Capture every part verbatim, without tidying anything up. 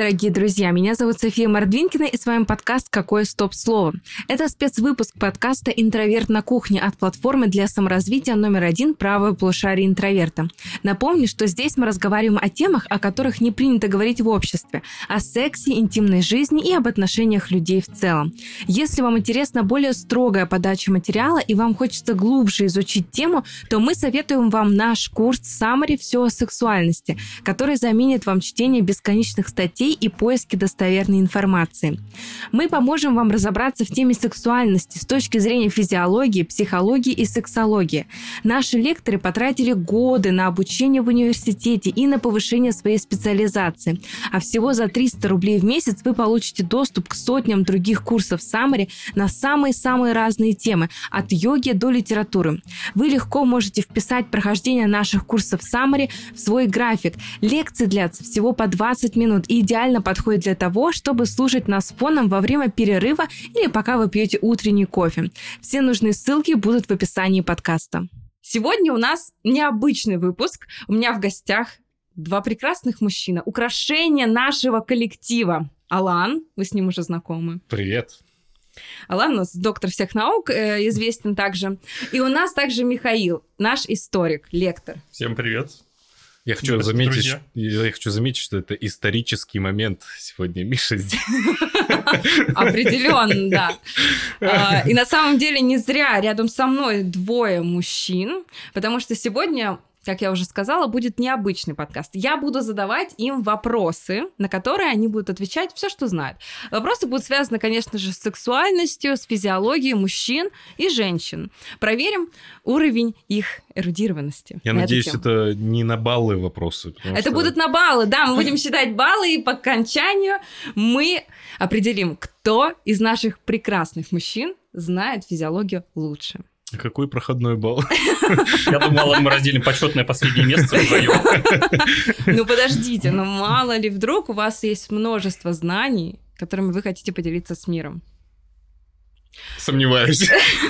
дорогие друзья! Меня зовут София Мордвинкина, и с вами подкаст «Какое стоп-слово?». Это спецвыпуск подкаста «Интроверт на кухне» от платформы для саморазвития номер один «Правое полушарие интроверта». Напомню, что здесь мы разговариваем о темах, о которых не принято говорить в обществе, о сексе, интимной жизни и об отношениях людей в целом. Если вам интересна более строгая подача материала и вам хочется глубже изучить тему, то мы советуем вам наш курс «Summary. Все о сексуальности», который заменит вам чтение бесконечных статей и поиски достоверной информации. Мы поможем вам разобраться в теме сексуальности с точки зрения физиологии, психологии и сексологии. Наши лекторы потратили годы на обучение в университете и на повышение своей специализации. А всего за триста рублей в месяц вы получите доступ к сотням других курсов Summary на самые-самые разные темы, от йоги до литературы. Вы легко можете вписать прохождение наших курсов Summary в свой график. Лекции длятся всего по двадцать минут и идеально подходит для того, чтобы слушать нас фоном во время перерыва или пока вы пьете утренний кофе. Все нужные ссылки будут в описании подкаста. Сегодня у нас необычный выпуск. У меня в гостях два прекрасных мужчины, украшения нашего коллектива. Алан, вы с ним уже знакомы. Привет. Алан у нас доктор всех наук, э, известен также. И у нас также Михаил, наш историк, лектор. Всем привет. Я хочу, заметить, я хочу заметить, что это исторический момент сегодня. Миша здесь. Определенно, да. И на самом деле не зря рядом со мной двое мужчин, потому что сегодня, как я уже сказала, будет необычный подкаст. Я буду задавать им вопросы, на которые они будут отвечать все, что знают. Вопросы будут связаны, конечно же, с сексуальностью, с физиологией мужчин и женщин. Проверим уровень их эрудированности. Я надеюсь, это не на баллы вопросы. Это что... будут на баллы, да, мы будем считать баллы, и по окончанию мы определим, кто из наших прекрасных мужчин знает физиологию лучше. Какой проходной балл? Я думала, мы разделим почетное последнее место вдвоем. Ну подождите, но мало ли вдруг у вас есть множество знаний, которыми вы хотите поделиться с миром. Сомневаюсь.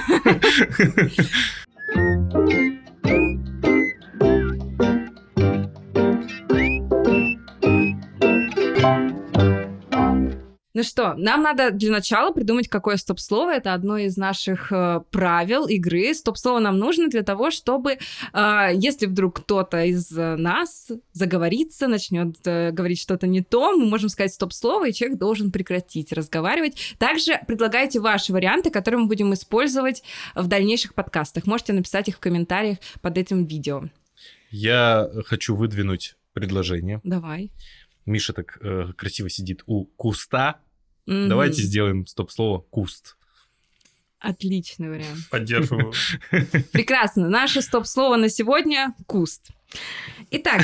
Ну что, нам надо для начала придумать, какое стоп-слово. Это одно из наших э, правил игры. Стоп-слово нам нужно для того, чтобы, э, если вдруг кто-то из нас заговорится, начнет э, говорить что-то не то, мы можем сказать стоп-слово, и человек должен прекратить разговаривать. Также предлагайте ваши варианты, которые мы будем использовать в дальнейших подкастах. Можете написать их в комментариях под этим видео. Я хочу выдвинуть предложение. Давай. Миша так э, красиво сидит у куста. Mm-hmm. Давайте сделаем стоп-слово «куст». Отличный вариант. Поддерживаю. Прекрасно. Наше стоп-слово на сегодня — куст. Итак.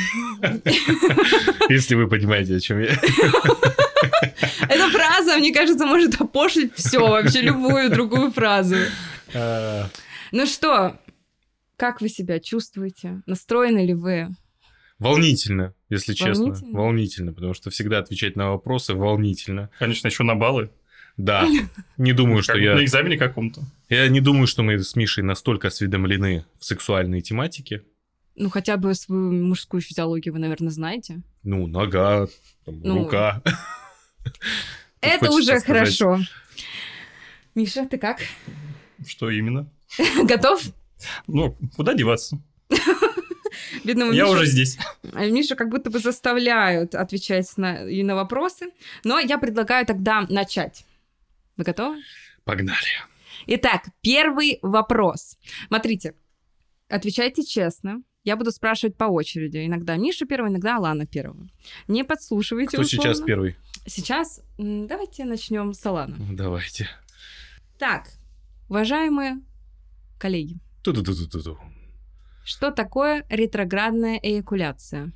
Если вы понимаете, о чем я. Эта фраза, мне кажется, может опошлить все, вообще любую другую фразу. Ну что, как вы себя чувствуете? Настроены ли вы? Волнительно, если честно. Волнительно? Волнительно, потому что всегда отвечать на вопросы волнительно. Конечно, еще на баллы. Да, не думаю, что я... На экзамене каком-то. Я не думаю, что мы с Мишей настолько осведомлены в сексуальной тематике. Ну, хотя бы свою мужскую физиологию вы, наверное, знаете. Ну, нога, там, Ну, рука. это уже хорошо. Миша, ты как? Что именно? Готов? Ну, куда деваться? Бедному Я Мишу- уже здесь. Мишу как будто бы заставляют отвечать на, и на вопросы. Но я предлагаю тогда начать. Вы готовы? Погнали. Итак, первый вопрос. Смотрите, отвечайте честно. Я буду спрашивать по очереди. Иногда Мишу первого, иногда Алана первого. Не подслушивайте Кто условно. сейчас первый? Сейчас м, давайте начнем с Алана. Давайте. Так, уважаемые коллеги, Ту-ду-ду-ду-ду. что такое ретроградная эякуляция?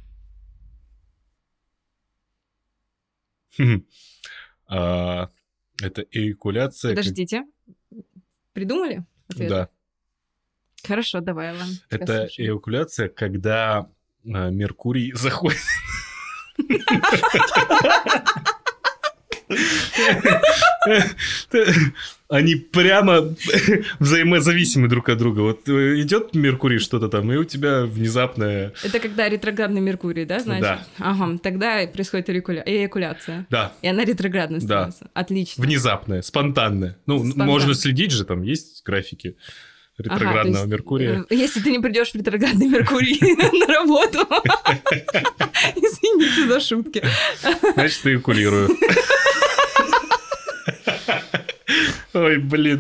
А, это эякуляция... как- Подождите. Придумали ответ? Да. Хорошо, давай, Алан. тебя Это слушаю. эякуляция, когда а, Меркурий заходит... Они прямо взаимозависимы друг от друга. Вот идет Меркурий что-то там, и у тебя внезапное... Это когда ретроградный Меркурий, да, значит? Да. Ага, тогда происходит эякуля... эякуляция. Да. И она ретроградная становится. Да. Отлично. Внезапное, спонтанное. Ну, Спонтанно. можно следить же, там, есть графики ретроградного ага, Меркурия. Есть, если ты не придешь в ретроградный Меркурий на работу, извините за шутки. Значит, эякулирую. Ой, блин.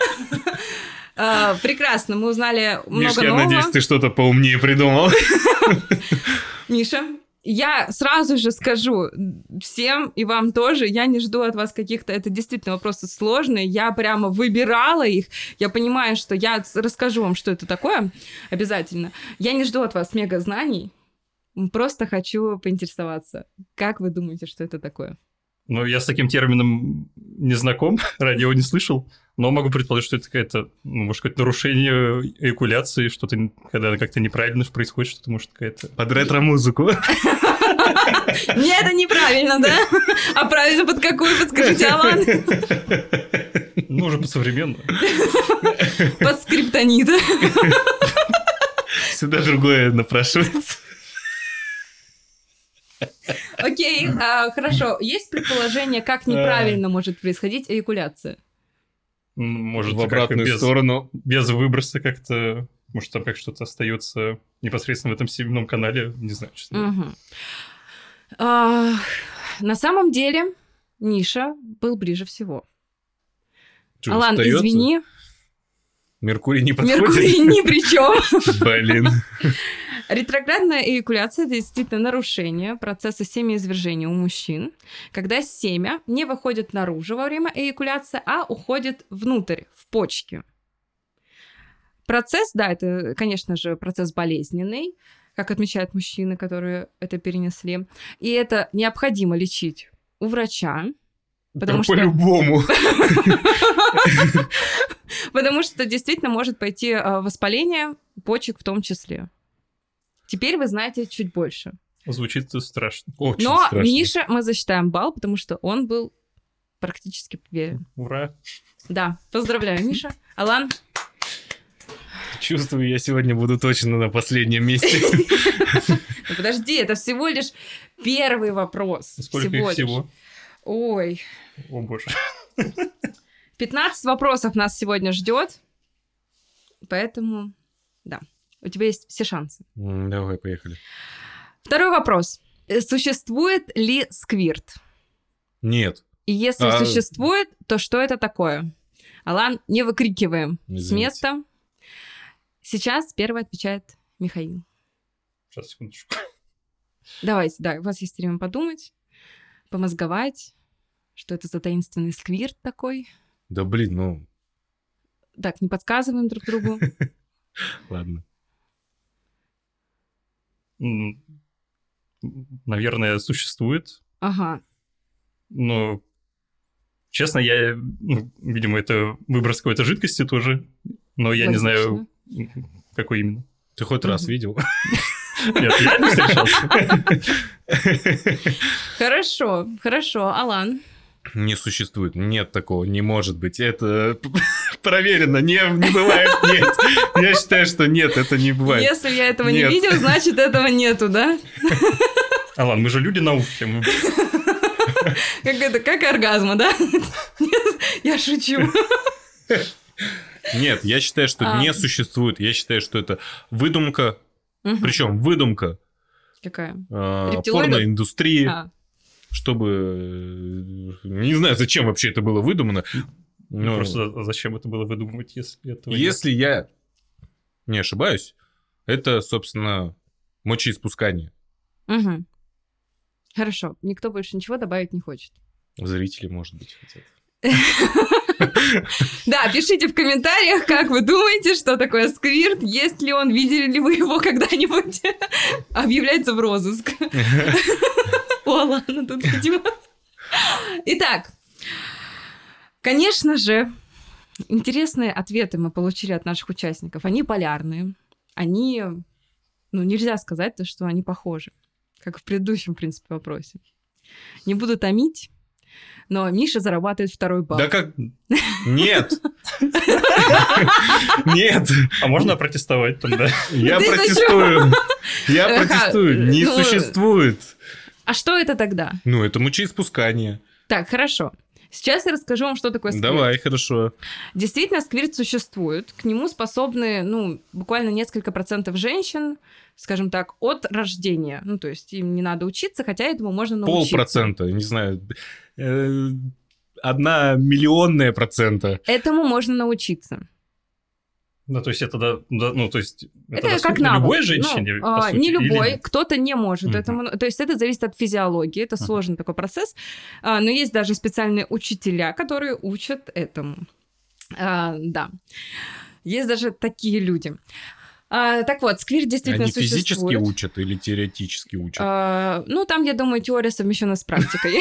А, прекрасно, мы узнали Миш, много я нового. надеюсь, ты что-то поумнее придумал. Миша, я сразу же скажу всем и вам тоже, я не жду от вас каких-то, это действительно вопросы сложные, я прямо выбирала их, я понимаю, что я расскажу вам, что это такое, обязательно. Я не жду от вас мега знаний, просто хочу поинтересоваться, как вы думаете, что это такое? Ну, я с таким термином не знаком, радио не слышал, но могу предположить, что это какая-то, ну, может, какое-то нарушение эякуляции, что-то, когда как-то неправильно происходит, что-то, может, какая-то... Под ретро-музыку. Нет, это неправильно, да? А правильно под какую, подскажите, Алан? Ну, уже по-современному. Под скриптонит. Сюда другое напрашивается. Окей, а, хорошо. Есть предположение, как неправильно может происходить эякуляция? Может, в обратную без, сторону. Без выброса как-то... Может, там как что-то остается непосредственно в этом семенном канале. Не знаю, честно. Угу. А, на самом деле, Миша был ближе всего. Что, Алан, остаётся? извини. Меркурий не подходит? Меркурий ни при чем. Блин. Ретроградная эякуляция – это действительно нарушение процесса семяизвержения у мужчин, когда семя не выходит наружу во время эякуляции, а уходит внутрь, в почки. Процесс, да, это, конечно же, процесс болезненный, как отмечают мужчины, которые это перенесли. И это необходимо лечить у врача. Потому да что... по-любому. Потому что действительно может пойти воспаление почек в том числе. Теперь вы знаете чуть больше. Звучит страшно. Очень Но страшно. Мише мы засчитаем балл, потому что он был практически уверен. Ура! Да, поздравляю, Миша. Алан? Чувствую, я сегодня буду точно на последнем месте. Ну, подожди, это всего лишь первый вопрос. Сколько всего их всего? Лишь. Ой. О, боже. пятнадцать вопросов нас сегодня ждет, поэтому, да, у тебя есть все шансы. Давай, поехали. Второй вопрос. Существует ли сквирт? Нет. И если А... существует, то что это такое? Алан, не выкрикиваем Извините. с места. Сейчас первый отвечает Михаил. Сейчас, секундочку. Давайте, да, у вас есть время подумать, помозговать, что это за таинственный сквирт такой. Да блин, ну... Так, не подсказываем друг другу. Ладно. Наверное, существует. Ага. Но, честно, я... Ну, видимо, это выброс какой-то жидкости тоже. Но я не знаю, какой именно. Ты хоть раз видел? Нет, я не встречался. Хорошо, хорошо. Алан? Не существует. Нет такого, не может быть. Это проверено. Не, не бывает, нет. Я считаю, что нет, это не бывает. Если я этого Нет. не видел, значит, этого нету, да? Алан, мы же люди науки. Мы... Как это, как оргазма, да? Я шучу. Нет, я считаю, что А. не существует. Я считаю, что это выдумка. Мгм. Причем выдумка Какая? э, Рептилоидов? порноиндустрии, А, чтобы... э, Не знаю, зачем вообще это было выдумано. но Просто зачем это было выдумывать, если этого Если я не ошибаюсь, это, собственно, мочеиспускание. мгм. Хорошо, никто больше ничего добавить не хочет. Зрители, может быть, хотят. Да, пишите в комментариях, как вы думаете, что такое сквирт, есть ли он, видели ли вы его когда-нибудь. Объявляется в розыск. О, ладно, тут, видимо. Итак, конечно же, интересные ответы мы получили от наших участников. Они полярные. Они, ну, нельзя сказать, что они похожи, как в предыдущем, в принципе, вопросе. Не буду томить. но Миша зарабатывает второй балл. Да как? Нет. Нет. А можно протестовать там, да? Я Ты протестую. Я Ага, протестую. Не ну- существует. А что это тогда? Ну, это мочеиспускание. Так, хорошо. Сейчас я расскажу вам, что такое сквирт. Давай, хорошо. Действительно, сквирт существует. К нему способны, ну, буквально несколько процентов женщин, скажем так, от рождения. Ну, то есть им не надо учиться, хотя этому можно научиться. Полпроцента, не знаю. э, Одна миллионная процента. Этому можно научиться. Ну, то есть это, да, да, ну, то есть это, Это как доступно навык. любой женщине, Ну, по а, сути, не или любой, нет? кто-то не может Мгм. этому. То есть это зависит от физиологии, это Ага. сложный такой процесс. А, но есть даже специальные учителя, которые учат этому. А, да. Есть даже такие люди. А, так вот, сквирт действительно Они физически существует. учат или теоретически учат? А, ну, там, я думаю, теория совмещена с практикой.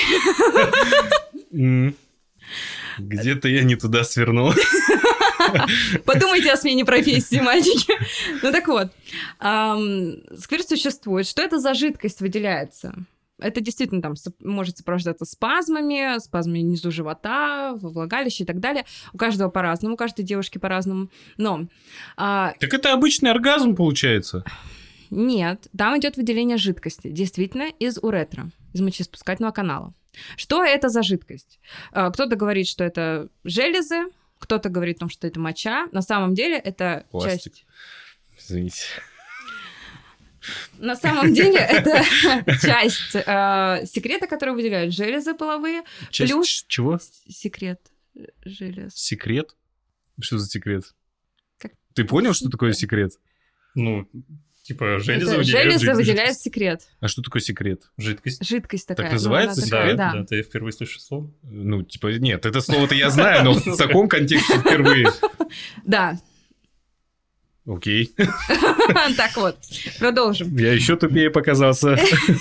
М. Где-то я не туда свернул. Подумайте о смене профессии, мальчики. Ну так вот, ам, сквирт существует. Что это за жидкость выделяется? Это действительно там соп- может сопровождаться спазмами, спазмами внизу живота, во влагалище и так далее. У каждого по-разному, у каждой девушки по-разному. Но а, Так это обычный оргазм получается. нет, там идет выделение жидкости, действительно, из уретры, из мочеиспускательного канала. Что это за жидкость? А, Кто-то говорит, что это железы, кто-то говорит о том, что это моча. На самом деле это Пластик. часть... Извините. На самом деле это часть э, секрета, который выделяют железы половые. Часть Плюс- ч- чего? С- Секрет э, желез. Секрет? Что за секрет? Как- Ты понял, что такое секрет? Ну, типа железо Это выделяет железы жид- выделяют жидкость. секрет. А что такое секрет? Жидкость. Жидкость такая. ну, называется она такая, секрет? Да, Да. да, ты впервые слышишь слово. Ну, типа, нет, это слово-то я знаю, но в таком контексте впервые. Да. Окей. Так вот, продолжим. Я еще тупее показался.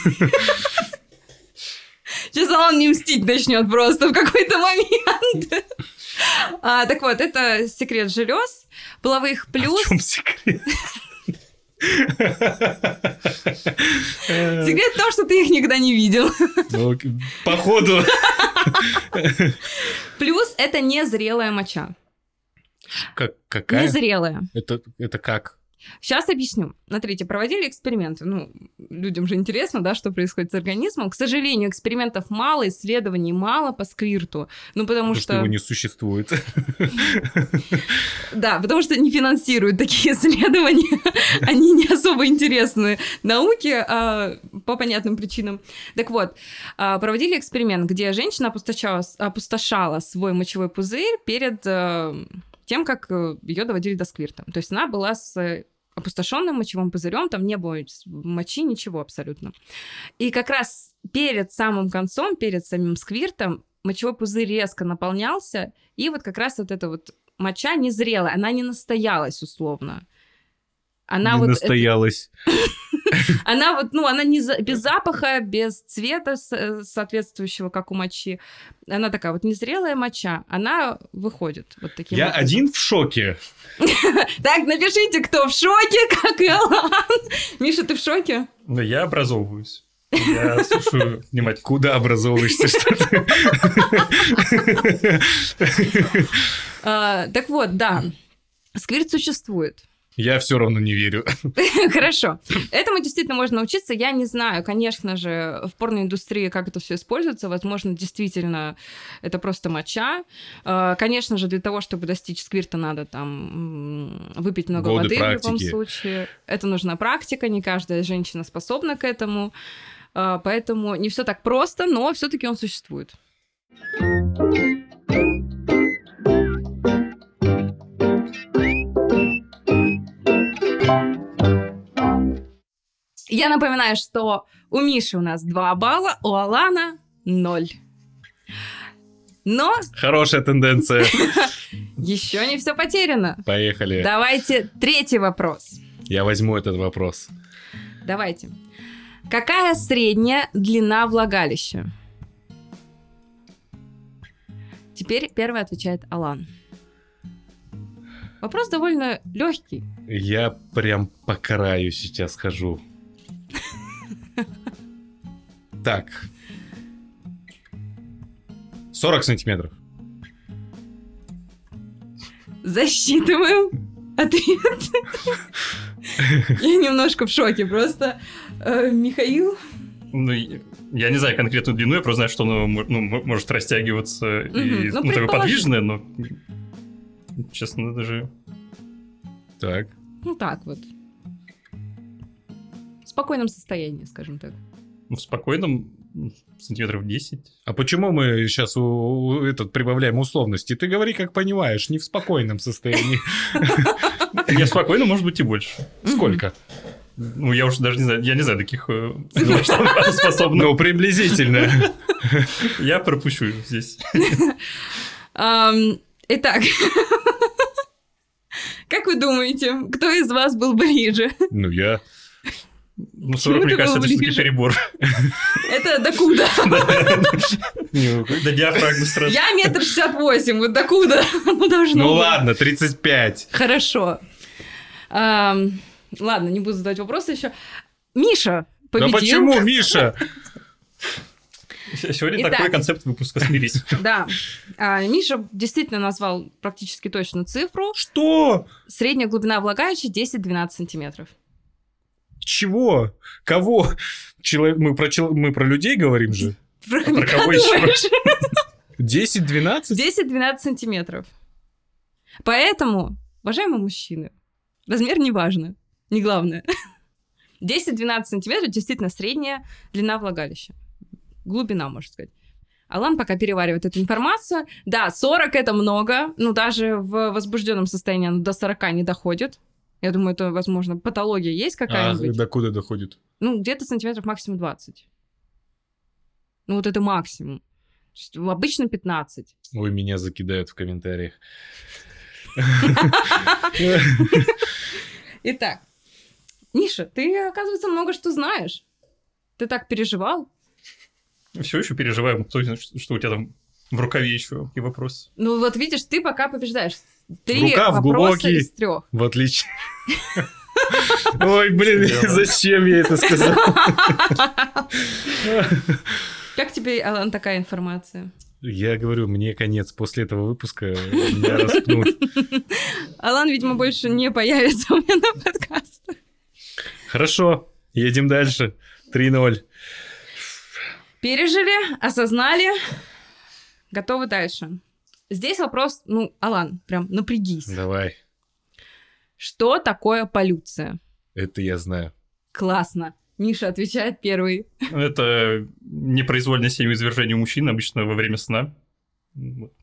Сейчас он не мстить начнет просто в какой-то момент. А, так вот, это секрет желез половых А плюс. в чем секрет? Секрет в том, что ты их никогда не видел. Ну, походу. Плюс это незрелая моча. Как, какая? Незрелая. Это, это как? Сейчас объясню. Смотрите, проводили эксперименты. Ну, людям же интересно, да, что происходит с организмом. К сожалению, экспериментов мало, исследований мало по сквирту. Ну, потому Потому что что... его не существует. Да, потому что не финансируют такие исследования. Они не особо интересны науке а, по понятным причинам. Так вот, а, проводили эксперимент, где женщина опустошала, опустошала свой мочевой пузырь перед а, тем, как ее доводили до сквирта. То есть она была с опустошенным мочевым пузырем, там не было мочи, ничего абсолютно. И как раз перед самым концом, перед самим сквиртом, мочевой пузырь резко наполнялся, и вот как раз вот эта вот моча незрелая, она не настоялась условно. Она Не вот настоялась. она вот, ну, она не за- без запаха, без цвета с- соответствующего, как у мочи. Она такая вот незрелая моча, она выходит вот таким Я образом. один в шоке. Так, напишите, кто в шоке, как и Алан. Миша, ты в шоке? Но я образовываюсь. Я слушаю внимательно. Куда образовываешься? Что ты? А, так вот, да, сквирт существует. Я все равно не верю. Хорошо. Этому действительно можно научиться. Я не знаю, конечно же, в порноиндустрии, как это все используется. Возможно, действительно, это просто моча. А, Конечно же, для того, чтобы достичь сквирта, надо там м, выпить много Годы воды в любом практики. случае. Это нужна практика, не каждая женщина способна к этому. А, Поэтому не все так просто, но все-таки он существует. Я напоминаю, что у Миши у нас два балла, у Алана ноль. Но Хорошая тенденция. еще не все потеряно. Поехали. Давайте третий вопрос. Я возьму этот вопрос. Давайте. Какая средняя длина влагалища? Теперь первый отвечает Алан. Вопрос довольно легкий. Я прям по краю сейчас хожу. Так. сорок сантиметров. Засчитываем ответ. Я немножко в шоке. Просто э, Михаил... Ну, я не знаю конкретную длину, я просто знаю, что оно ну, может растягиваться Угу. и Ну, ну, такое предположим. подвижное, но, честно, даже... Так. Ну, так вот. В спокойном состоянии, скажем так. Ну, в спокойном сантиметров десять. А почему мы сейчас у, у- этот, прибавляем условности? Ты говори, как понимаешь, не в спокойном состоянии. Я спокойно, может быть, и больше. Сколько? Ну, я уже даже не знаю, я не знаю таких э, цифр, что она способна. Ну, приблизительно. Я пропущу здесь. Ам, Итак. Как вы думаете, кто из вас был ближе? Ну, я... Ну, сорок, мне ты кажется, был это все-таки ближе? перебор. Это докуда? До диафрагмы сразу. Я метр шестьдесят восемь, вот докуда? Ну, должно Ну, быть. ладно, тридцать пять. Хорошо. Ам, Ладно, не буду задавать вопросы еще. Миша Да победил. почему, Миша? Сегодня Итак. такой концепт выпуска, смирись. Да. А, Миша действительно назвал практически точную цифру. Что? Средняя глубина влагалища десять-двенадцать сантиметров. Чего? Кого? Чело- Мы про, чел- мы про людей говорим же? Про про хомяка кого еще? думаешь? десять-двенадцать? десять-двенадцать сантиметров. Поэтому, уважаемые мужчины, размер не важно, не главное. десять-двенадцать сантиметров действительно средняя длина влагалища. Глубина, можно сказать. Алан пока переваривает эту информацию. Да, сорок это много, но даже в возбужденном состоянии оно до сорока не доходит. Я думаю, это, возможно, патология есть А какая-нибудь. до куда доходит? Ну, где-то сантиметров максимум двадцать. Ну, вот это максимум. То есть, обычно пятнадцать. Ой, меня закидают в комментариях. Итак, Миша, ты, оказывается, много что знаешь. Ты так переживал. Все еще переживаем, кто знает, что у тебя там в рукаве еще и вопрос. Ну, вот видишь, ты пока побеждаешь. Три Рукав вопроса глубокий. из трех. В отличие... Ой, блин, зачем я это сказал? Как тебе, Алан, такая информация? Я говорю, мне конец. После этого выпуска меня распнут. Алан, видимо, больше не появится у меня на подкастах. Хорошо, едем дальше. три ноль. Пережили, осознали, готовы дальше. Здесь вопрос, ну, Алан, прям напрягись. Давай, Что такое полюция? это я знаю. Классно. Миша отвечает первый. Это непроизвольное семяизвержение у мужчин, обычно во время сна. Вот.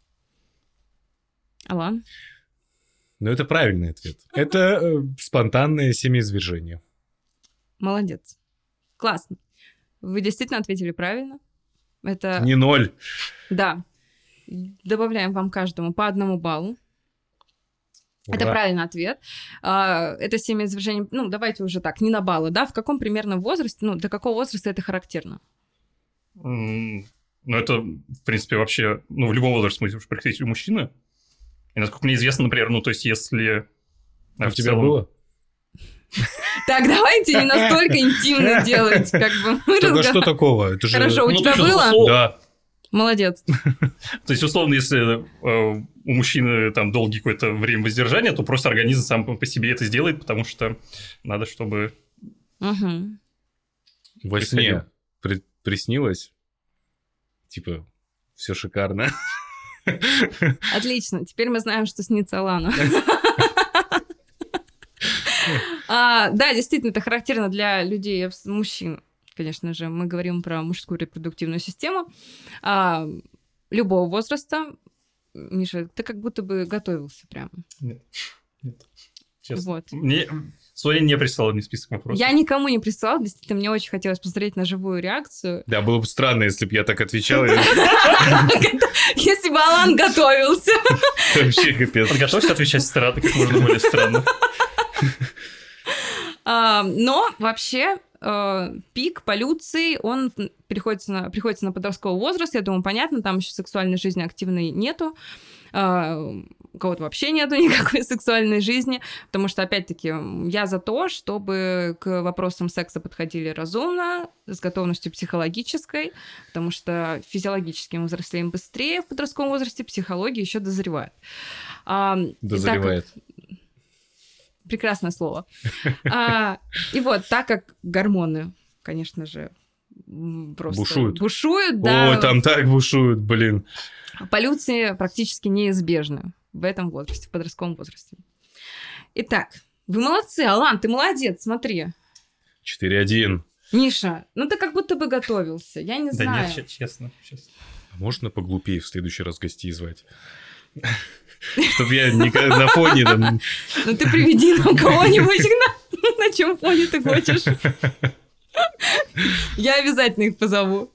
Алан? Но это правильный ответ. Это э, спонтанное семяизвержение. Молодец. Классно. Вы действительно ответили правильно. Это... Не ноль. Да. Добавляем вам каждому по одному баллу. Это Ура. правильный ответ. А, Это семяизвержение, ну, давайте уже так, не на баллы, да? В каком примерно возрасте, ну, для какого возраста это характерно? М, Ну, это, в принципе, вообще... Ну, в любом возрасте мы практически мужчины. И, насколько мне известно, например, ну, то есть, если... А в у тебя целом- было? Так, давайте не настолько интимно делать, как бы. мы Так а разго- что такого? Это же... Хорошо, у Ну, тебя то есть, было? условно- Да. Молодец. То есть, условно, если э, у мужчины там долгий какое-то время воздержания, то просто организм сам по себе это сделает, потому что надо, чтобы... Мгм. Во сне при- приснилось? Типа, все шикарно. Отлично. Теперь мы знаем, что снится Алану. А, Да, действительно, это характерно для людей, абс- мужчин. Конечно же, мы говорим про мужскую репродуктивную систему. А, Любого возраста. Миша, ты как будто бы готовился прям. Нет, нет, честно. Вот. Мне... Соня не прислала мне список вопросов. Я никому не прислала, действительно, мне очень хотелось посмотреть на живую реакцию. Да, было бы странно, если бы я так отвечал. и Если бы Алан готовился. это Вообще капец. Подготовься отвечать странно, как можно более странно. А, Но вообще э, пик полюции, он приходится на, приходится на подростковый возраст, я думаю, понятно, там еще сексуальной жизни активной нету, э, у кого-то вообще нету никакой сексуальной жизни, потому что, опять-таки, я за то, чтобы к вопросам секса подходили разумно, с готовностью психологической, потому что физиологически мы взрослеем быстрее в подростковом возрасте, психология еще дозревает. А, Дозревает. Прекрасное слово. А, и вот, так как гормоны, конечно же, просто Бушуют. бушуют, да. Ой, там так бушуют, блин. Полюции практически неизбежны в этом возрасте, в подростковом возрасте. Итак, вы молодцы, Алан, ты молодец, смотри. четыре один. Миша, ну ты как будто бы готовился, я не Да знаю. нет, честно, честно. Можно поглупее в следующий раз гостей звать? Чтобы я никогда на фоне там... Ну ты приведи нам кого-нибудь, на, на чем фоне ты хочешь. Я обязательно их позову.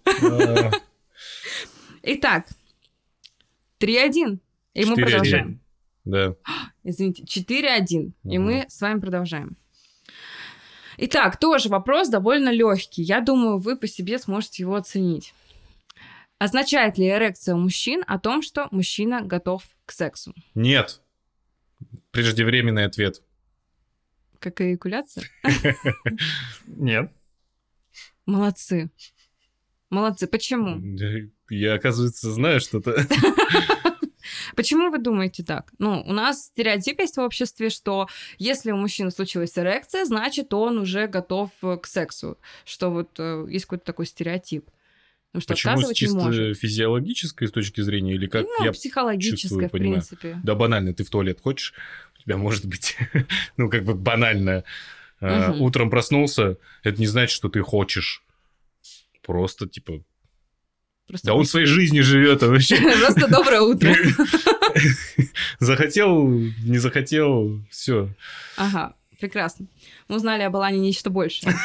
Итак, три один. И мы продолжаем. Да. Извините, четыре один. И Угу. мы с вами продолжаем. Итак, тоже вопрос довольно легкий. Я думаю, вы по себе сможете его оценить. Означает ли эрекция у мужчин о том, что мужчина готов к сексу? Нет. Преждевременный ответ. Как эякуляция? Нет. Молодцы. Молодцы. Почему? Я, оказывается, знаю что-то. Почему вы думаете так? Ну, у нас стереотип есть в обществе, что если у мужчины случилась эрекция, значит, он уже готов к сексу. Что вот э, есть какой-то такой стереотип. Потому что Почему с отказывать не чисто может. физиологической точки зрения или как Ну, я психологическое, чувствую, в понимаю? принципе. Да банально, ты в туалет хочешь? У тебя может быть, ну, как бы банально. А, Мгм. утром проснулся, это не значит, что ты хочешь. Просто, типа, Просто да он своей жизнью живет, а вообще... Просто доброе утро. Захотел, не захотел, все. Ага, прекрасно. Мы узнали об Алане нечто большее.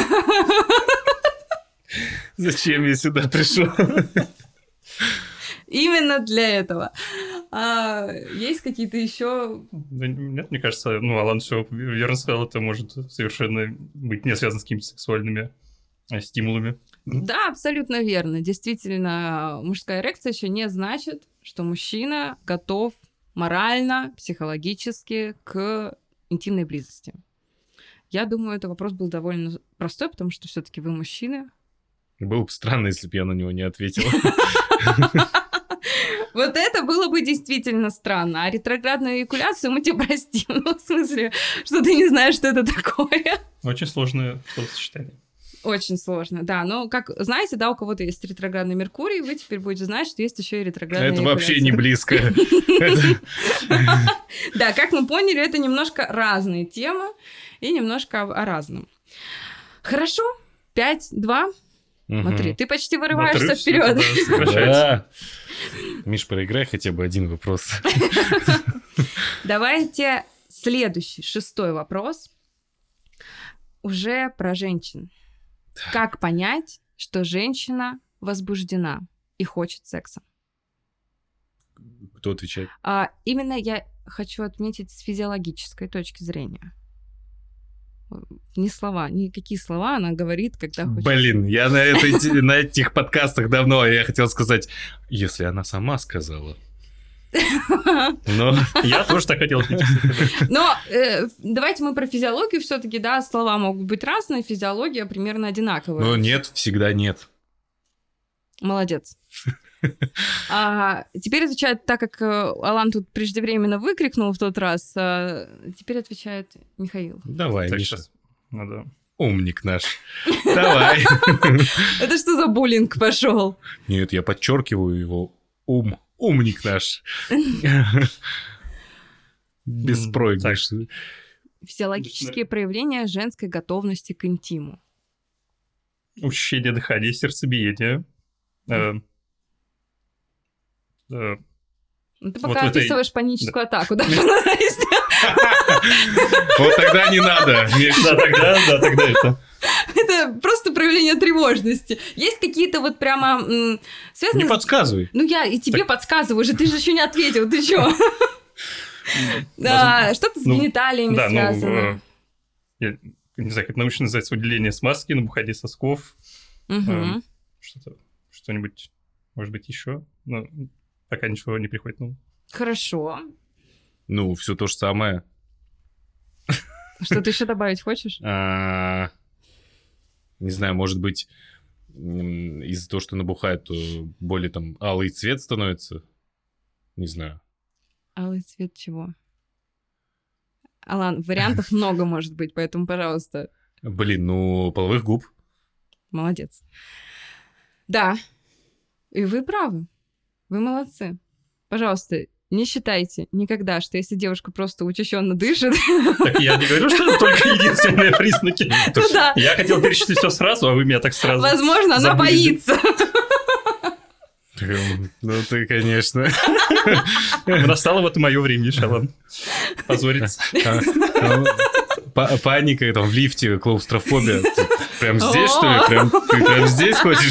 Зачем я сюда пришел? Именно для этого. А, есть какие-то еще... Да нет, мне кажется, ну, Алан все верно сказал, это может совершенно быть не связано с какими-то сексуальными а, стимулами. Да, абсолютно верно. Действительно, мужская эрекция еще не значит, что мужчина готов морально, психологически к интимной близости. Я думаю, этот вопрос был довольно простой, потому что все-таки вы мужчины. Было бы странно, если бы я на него не ответил. Вот это было бы действительно странно. А ретроградную эякуляцию мы тебе простим. Ну, в смысле, что ты не знаешь, что это такое. Очень сложное словосочетание. Очень сложно, да. Но, как знаете, да, у кого-то есть ретроградный Меркурий, вы теперь будете знать, что есть еще и ретроградная Это вообще эякуляция. не близко. Да, как мы поняли, это немножко разные темы и немножко о о разном. Хорошо, пять-два. Смотри, ты почти вырываешься Отрыв вперед. всё, да, сокращается. Да. Миш, проиграй хотя бы один вопрос. Давайте следующий, шестой вопрос. Уже про женщин. Как понять, что женщина возбуждена и хочет секса? Кто отвечает? А именно я хочу отметить с физиологической точки зрения. Не слова, никакие слова она говорит, когда хочет. Блин, я на, этой, на этих подкастах давно, я хотел сказать, если она сама сказала. Но Я тоже так хотел ответить. Но э, давайте мы про физиологию все-таки, да, слова могут быть разные, физиология примерно одинаковая. но нет, всегда нет. Молодец. А, теперь отвечает, так как э, Алан тут преждевременно выкрикнул в тот раз, а, теперь отвечает Михаил. Давай, Так, Миша, сейчас надо... умник наш. Давай. Это что за буллинг пошел? Нет, я подчеркиваю его ум. Умник наш. Беспроигрышный. Физиологические проявления женской готовности к интиму. Учащение дыхания, сердцебиение. Э, э, Ну, ты Вот пока в этой- описываешь паническую атаку, да, журналист? Вот тогда не надо. Миш. Да, тогда, да, тогда это. Это просто проявление тревожности. Есть какие-то вот прямо м, Не связанные... с- подсказывай. Ну, я и тебе Так. подсказываю же, ты же еще не ответил, ты чё? Да, что-то с Ну, гениталиями Да, ну, связано. э, я- не знаю, как научно называется, выделение смазки, набухание сосков, Угу. эм, что-то, что-нибудь, может быть, еще, но пока ничего не приходит. Ну, Хорошо. Ну, все то же самое. Что ты еще добавить хочешь? А, Не знаю, может быть, м, из-за того, что набухает, то более там алый цвет становится. Не знаю. Алый цвет чего? Алан, вариантов много может быть, поэтому, пожалуйста, Блин, ну, половых губ. молодец. Да, и вы правы. Вы молодцы. Пожалуйста, не считайте никогда, что если девушка просто учащенно дышит... так я не говорю, что это только единственные признаки. Ну да. Я хотел перечислить все сразу, а вы меня так сразу... Возможно, она забыли. боится. Эм, Ну, ты, конечно. Настало вот и мое время, Шалан. Позориться. А, ну, па- Паника там в лифте, клаустрофобия. Ты прям здесь, что ли? Прям, ты прям здесь хочешь?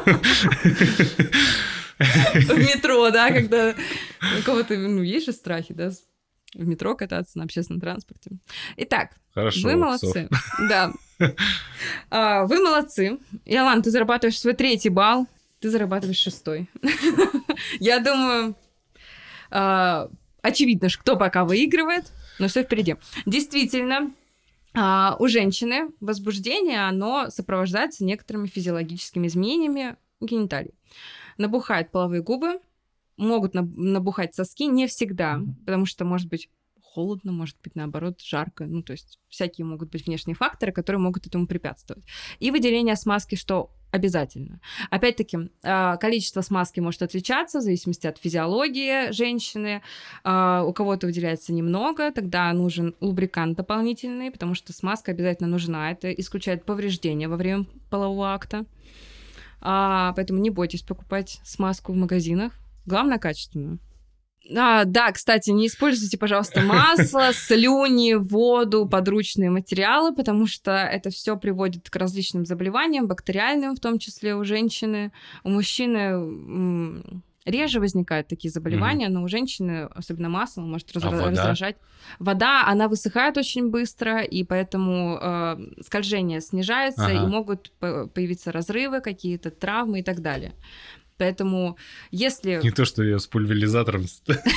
В метро, да, когда у кого-то, ну, есть же страхи, да, в метро кататься, на общественном транспорте. Итак, Хорошо. вы молодцы. Да. А, Вы молодцы. И, Алан, ты зарабатываешь свой третий балл, ты зарабатываешь шестой. Я думаю, а, очевидно, что кто пока выигрывает, но все впереди. Действительно, а, у женщины возбуждение, оно сопровождается некоторыми физиологическими изменениями гениталий. Набухают половые губы, могут наб- набухать соски, не всегда, потому что, может быть, холодно, может быть, наоборот, жарко. Ну, то есть всякие могут быть внешние факторы, которые могут этому препятствовать. И выделение смазки, что обязательно. Опять-таки, а, количество смазки может отличаться в зависимости от физиологии женщины. А, У кого-то выделяется немного, тогда нужен лубрикант дополнительный, потому что смазка обязательно нужна. Это исключает повреждения во время полового акта. А, Поэтому не бойтесь покупать смазку в магазинах. Главное, качественную. А, да, кстати, не используйте, пожалуйста, масло, слюни, воду, подручные материалы, потому что это все приводит к различным заболеваниям, бактериальным в том числе у женщины. У мужчины м, реже возникают такие заболевания, но у женщины, особенно масло, может раз- А вода? раздражать. Вода, она высыхает очень быстро, и поэтому э, скольжение снижается, Ага. и могут по- появиться разрывы, какие-то травмы и так далее. Поэтому, если... Не то, что я с пульверизатором.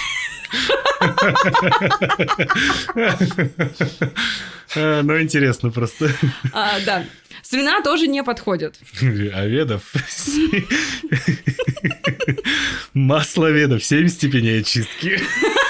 А, Ну, интересно просто. А, да, слюна тоже не подходит. Аведов. Масло Аведов. Семь степеней очистки.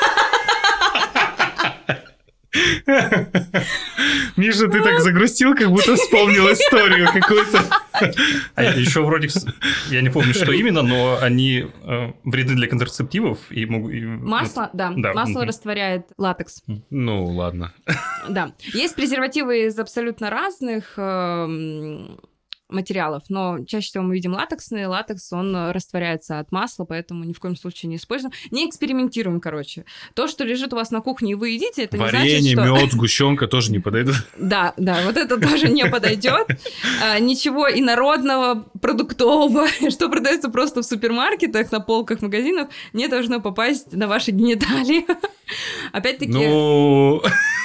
Миша, ты так загрустил, как будто вспомнил историю какую-то. А еще вроде, с- я не помню, что именно, но они э, вредны для контрацептивов и могут... и- Масло, да, Да, масло мгм. растворяет латекс. Ну, ладно. Да, есть презервативы из абсолютно разных эм, материалов, но чаще всего мы видим латексный. Латекс, он э, растворяется от масла, поэтому ни в коем случае не используем. Не экспериментируем, короче. То, что лежит у вас на кухне и вы едите, это не Варенье, значит, что... мед, сгущенка тоже не подойдут. Да, да, вот это тоже не подойдет. А, Ничего инородного, продуктового, что продается просто в супермаркетах, на полках магазинов, не должно попасть на ваши гениталии. Опять-таки, Ну...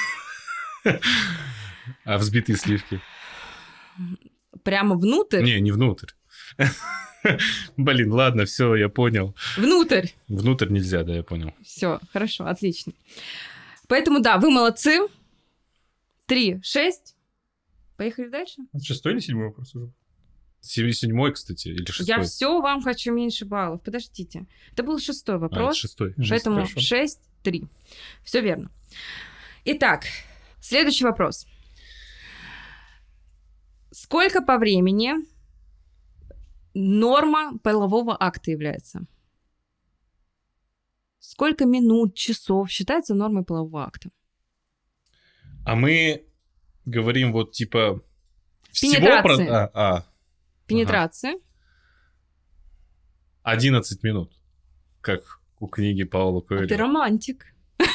А взбитые сливки? прямо внутрь, Не, не внутрь. Блин, ладно, все, я понял. внутрь. Внутрь нельзя, да, я понял. Все, хорошо, отлично. Поэтому, да, вы молодцы. Три, шесть. Поехали дальше. Это шестой или седьмой вопрос уже? Семь- Седьмой, кстати, или шестой? Я все вам хочу меньше баллов. Подождите. Это был шестой А, это вопрос. шестой. Поэтому Хорошо. шесть, три. Все верно. Итак, следующий вопрос. Сколько по времени норма полового акта является? Сколько минут, часов считается нормой полового акта? А мы говорим вот типа... Всего Пенетрации. про... А, а, Пенетрация. одиннадцать минут. Как у книги Паула А ты Коэльо. романтик.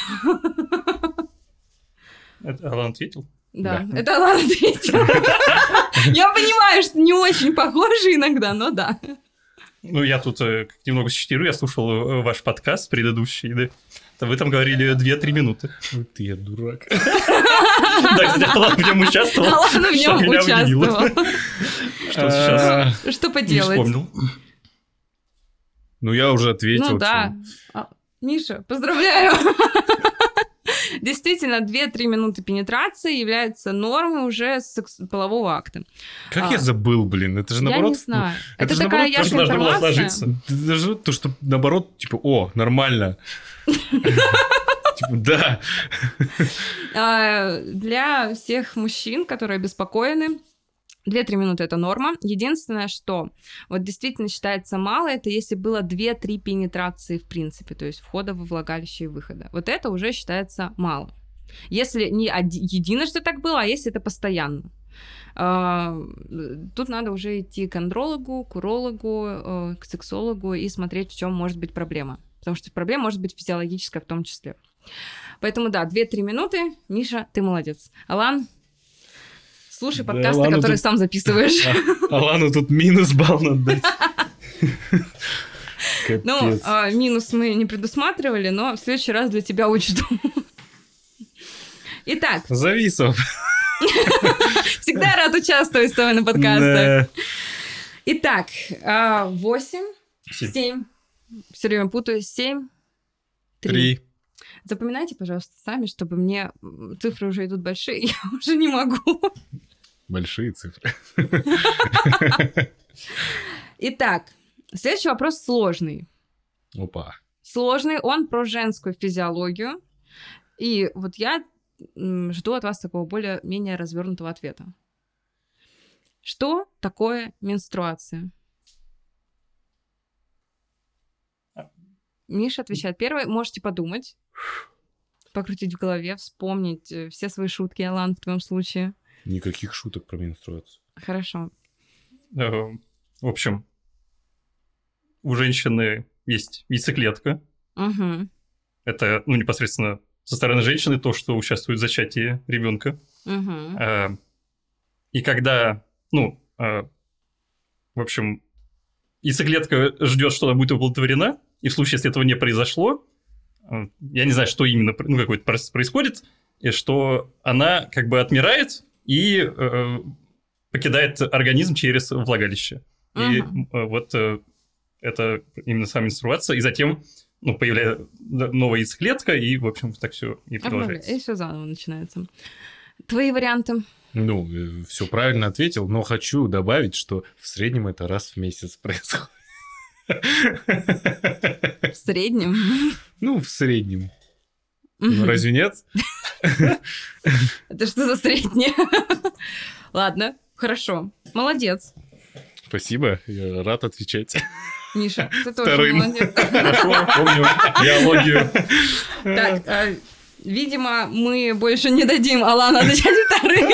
Это Алан ответил? Да, Да. это ладно, ответил. Я понимаю, что не очень похоже иногда, но да. Ну, я тут э, как немного считирую, я слушал э, ваш подкаст предыдущий, да? Вы там говорили две-три минуты. Вот ты я дурак. Да, кстати, Алан в нем участвовал. Алан в что нем меня удивило. участвовал. Что сейчас Что не поделать? вспомнил. Ну, я уже ответил. Ну да. А, Миша, поздравляю. Действительно, две-три минуты пенетрации являются нормой уже секс- полового акта. Как А, я забыл, блин, это же Я наоборот... не знаю. это Это же такая наоборот то, что яркая должно было информация. отложиться. Это даже то, что наоборот, типа, о, нормально. Типа, да. А, Для всех мужчин, которые обеспокоены, две-три минуты — это норма. Единственное, что вот действительно считается мало, это если было две-три пенетрации в принципе, то есть входа во влагалище и выхода. Вот это уже считается мало. Если не оди- единожды так было, а если это постоянно. А, Тут надо уже идти к андрологу, к урологу, э, к сексологу и смотреть, в чем может быть проблема. Потому что проблема может быть физиологическая в том числе. Поэтому да, две-три минуты. Миша, ты молодец. Алан, слушай Да, подкасты, Алану которые тут- сам записываешь. А Алану тут минус балл надо дать. Ну, Капец. а, минус мы не предусматривали, но в следующий раз для тебя учту. Итак, Зависов. всегда рад участвовать с тобой на подкастах. Итак, а, восемь, Семь. семь, все время путаю, семь, три. Три. Запоминайте, пожалуйста, сами, чтобы мне м, цифры уже идут большие, я уже не могу. Большие цифры. Итак, следующий вопрос сложный. Опа. Сложный, он про женскую физиологию. И вот я м, жду от вас такого более-менее развернутого ответа. Что такое менструация? Миша отвечает первый. Можете подумать, покрутить в голове, вспомнить э, все свои шутки, Алан, в твоем случае. Никаких шуток про менструацию. Хорошо. Э, В общем, у женщины есть яйцеклетка. Угу. Это, ну, непосредственно со стороны женщины то, что участвует в зачатии ребенка. Угу. Э, И когда, ну, э, в общем, яйцеклетка ждет, что она будет оплодотворена, и в случае, если этого не произошло, э, я не знаю, что именно, ну, какой-то процесс происходит, и что она как бы отмирает и э, покидает организм через влагалище. И Мгм. э, вот э, это именно сама менструация, и затем, ну, появляется новая яйцеклетка, и, в общем, так все и продолжается. И все заново начинается. Твои варианты? Ну, все правильно ответил, но хочу добавить, что в среднем это раз в месяц происходит. В среднем. Ну, в среднем. Ну, разве нет? Это что за среднее? Ладно, хорошо. Молодец. Спасибо, я рад отвечать. Миша, ты тоже Вторым. молодец. Хорошо, помню биологию. Так, а, видимо, мы больше не дадим Алану отвечать вторым.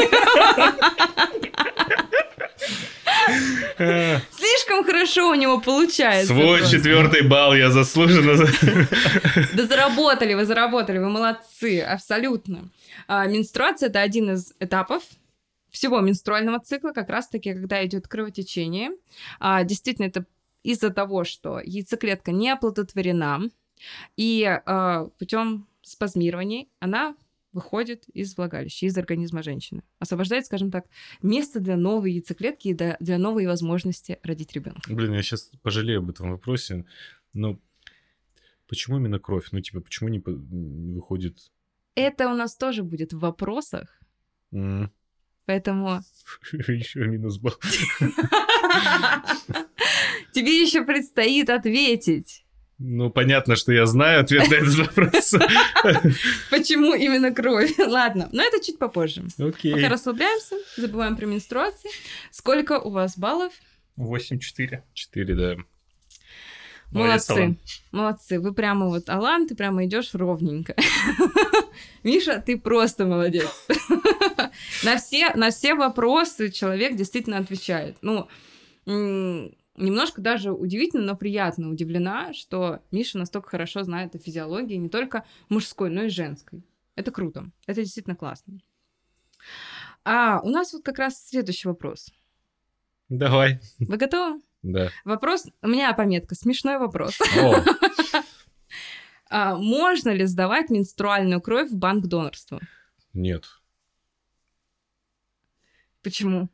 Слишком хорошо у него получается. Свой просто. четвертый балл я заслуженно... Да заработали вы, заработали, вы молодцы, абсолютно. А, менструация — это один из этапов всего менструального цикла, как раз-таки, когда идет кровотечение. А, действительно, это из-за того, что яйцеклетка не оплодотворена, и а, путем спазмирования она выходит из влагалища, из организма женщины. Освобождает, скажем так, место для новой яйцеклетки и для, для новой возможности родить ребенка. Блин, я сейчас пожалею об этом вопросе, но почему именно кровь? Ну, типа, почему не, по- не выходит... Это у нас тоже будет в вопросах, М, поэтому Еще минус балл. тебе еще предстоит ответить, Ну, понятно, что я знаю ответ на этот вопрос. почему именно кровь. Ладно, но это чуть попозже. Окей. Пока расслабляемся, забываем про менструации. Сколько у вас баллов? восемь четыре. Четыре, да. Молодец, Молодцы. Алан. Молодцы. Вы прямо вот, Алан, ты прямо идешь ровненько. Миша, ты просто молодец. На все, на все вопросы человек действительно отвечает. Ну, м, немножко даже удивительно, но приятно удивлена, что Миша настолько хорошо знает о физиологии не только мужской, но и женской. Это круто. Это действительно классно. А у нас вот как раз следующий вопрос. Давай. Вы готовы? Да. Вопрос, у меня пометка, смешной вопрос. О, А, можно ли сдавать менструальную кровь в банк донорства? нет. Почему?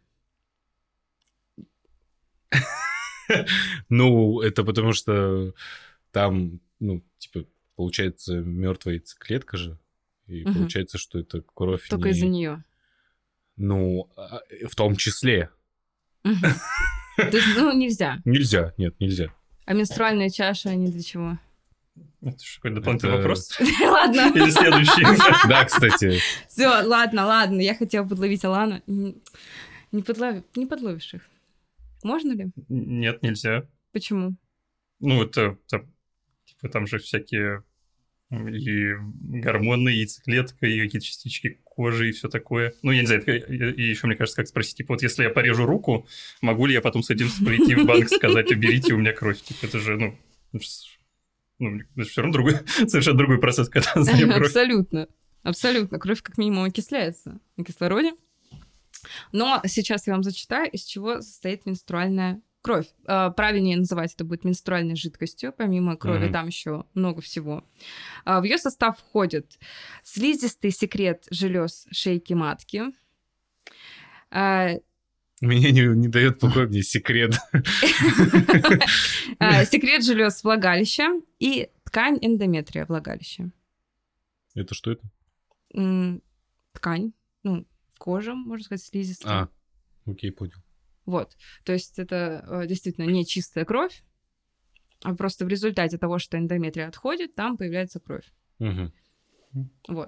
Ну, это потому что там, ну, типа, получается, мертвая яйцеклетка же. И Мгм. получается, что это кровь Только не... из-за нее. Ну, а, в том числе. То есть, ну, нельзя. Нельзя, нет, нельзя. А менструальная чаша, они для чего? Это же какой-то дополнительный Это- вопрос. Ладно. Или следующий. Да, кстати. Все, ладно, ладно. Я хотела подловить Алану. Не, не, подлови- не подловишь их. Можно ли? Нет, нельзя. Почему? Ну, это, это, типа, там же всякие и гормоны, и яйцеклетка, и какие-то частички кожи, и все такое. Ну, я не знаю, это- и еще, мне кажется, как спросить, типа, вот если я порежу руку, могу ли я потом с этим прийти в банк, сказать, уберите у меня кровь? Типа, это же, ну, это ж- ну, это все равно другой, совершенно другой процесс, когда сдаем кровь. Абсолютно. Абсолютно. Кровь как минимум окисляется на кислороде. Но сейчас я вам зачитаю, из чего состоит менструальная кровь. А, Правильнее называть это будет менструальной жидкостью. Помимо крови Мгм. там еще много всего. А, В ее состав входит слизистый секрет желез шейки матки, а, Меня не, не дает покоя мне секрет. а, секрет желез влагалища и ткань эндометрия влагалища. Это что это? М, Ткань, ну, кожа, можно сказать, слизистая. А, окей, понял. Вот. То есть это э, действительно не чистая кровь, а просто в результате того, что эндометрия отходит, там появляется кровь. Мгм. Вот.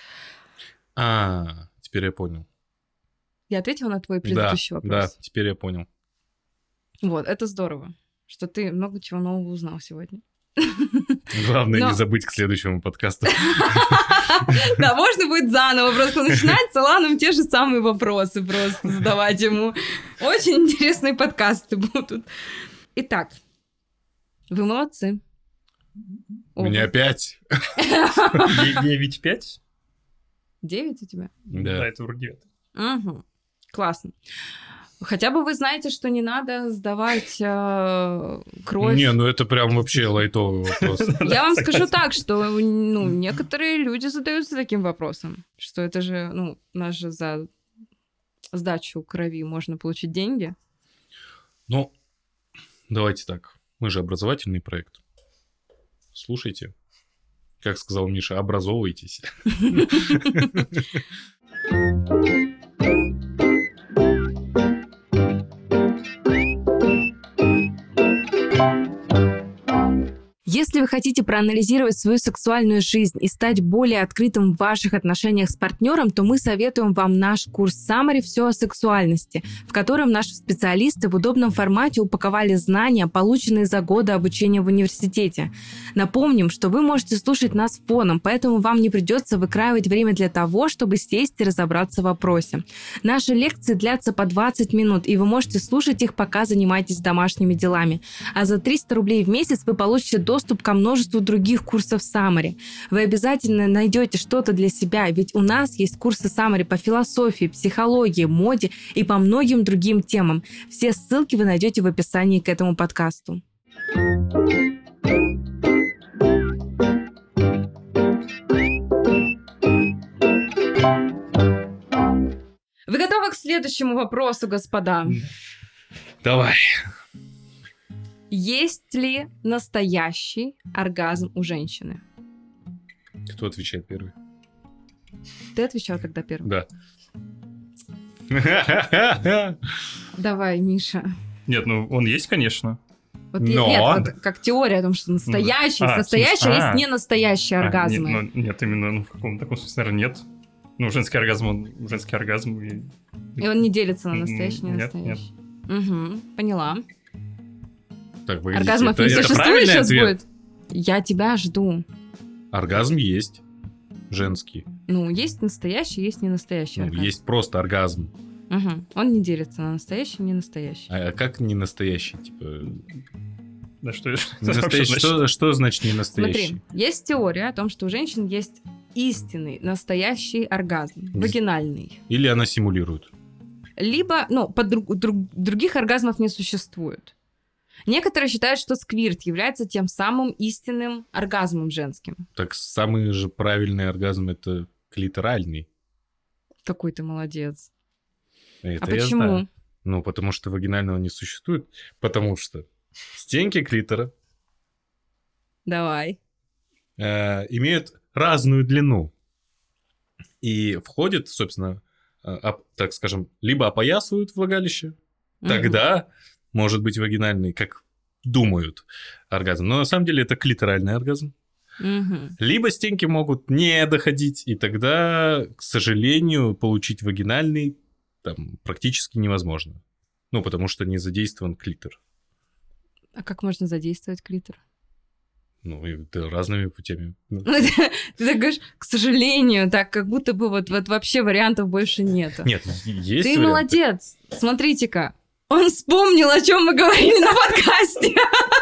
А, теперь я понял. Я ответила на твой Да, предыдущий да, вопрос. теперь я понял. Вот, это здорово, что ты много чего нового узнал сегодня. Главное Но- не забыть к следующему подкасту. Да, можно будет заново просто начинать с Аланом те же самые вопросы просто задавать ему. Очень интересные подкасты будут. Итак, вы молодцы. У Оба. меня пять. девять пять? Девять у тебя? Да. Да, это вроде девятый. Угу. Классно. Хотя бы вы знаете, что не надо сдавать э, кровь. Не, ну это прям вообще лайтовый вопрос. Я вам Да, скажу согласен. так, что ну, некоторые люди задаются таким вопросом, что это же, ну, у нас же за сдачу крови можно получить деньги. Ну, давайте так. Мы же образовательный проект. Слушайте. Как сказал Миша, образовывайтесь. Если вы хотите проанализировать свою сексуальную жизнь и стать более открытым в ваших отношениях с партнером, то мы советуем вам наш курс Summary «Все о сексуальности», в котором наши специалисты в удобном формате упаковали знания, полученные за годы обучения в университете. Напомним, что вы можете слушать нас фоном, поэтому вам не придется выкраивать время для того, чтобы сесть и разобраться в вопросе. Наши лекции длятся по двадцать минут, и вы можете слушать их, пока занимаетесь домашними делами. А за триста рублей в месяц вы получите доступ ко множеству других курсов Summary. Вы обязательно найдете что-то для себя, ведь у нас есть курсы Summary по философии, психологии, моде и по многим другим темам. Все ссылки вы найдете в описании к этому подкасту. Вы готовы к следующему вопросу, господа? Давай. Есть ли настоящий оргазм у женщины? Кто отвечает первый? Ты отвечал тогда первым. Да. Давай, Миша. Нет, ну он есть, конечно. Вот е- Но- Нет, вот как теория о том, что настоящий, А, настоящий, в смысле- есть а. не настоящие А, оргазмы. не- ну, нет, именно ну, в каком таком смысле, наверное, нет. Ну, женский оргазм, он женский оргазм. И... И он не делится на М, настоящий, не нет, настоящий. Угу, поняла. Так, погодите, Оргазмов это- не это существует правильный сейчас ответ? будет? Я тебя жду. Оргазм есть. Женский. Ну, есть настоящий, есть не настоящий Ну, оргазм. есть просто оргазм. Мгм. Он не делится на настоящий и не настоящий. А как не настоящий? Типа, Да, что, это не вообще настоящий- значит? что, что значит не настоящий? Смотри, есть теория о том, что у женщин есть истинный, настоящий оргазм, вагинальный. Или она симулирует? Либо, ну, под друг- друг- других оргазмов не существует. Некоторые считают, что сквирт является тем самым истинным оргазмом женским. Так самый же правильный оргазм — это клиторальный. Какой ты молодец. Это а я почему? знаю. Ну, потому что вагинального не существует. Потому что стенки клитора Давай. э, имеют разную длину. И входят, собственно, э, оп- так скажем, либо опоясывают влагалище, тогда может быть вагинальный, как думают, оргазм. Но на самом деле это клиторальный оргазм. Мгм. Либо стенки могут не доходить, и тогда, к сожалению, получить вагинальный там практически невозможно. Ну, потому что не задействован клитор. А как можно задействовать клитор? Ну, и да, разными путями. Ну, Ну, Ты ты так говоришь, к сожалению, так как будто бы вот, вот вообще вариантов больше нет. Нет, есть Ты варианты. молодец. Смотрите-ка. Он вспомнил, о чем мы говорили на подкасте.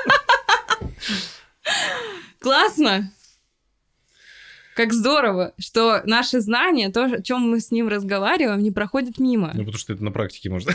Классно. Как здорово, что наши знания, то, о чем мы с ним разговариваем, не проходят мимо. Ну, потому что это на практике можно.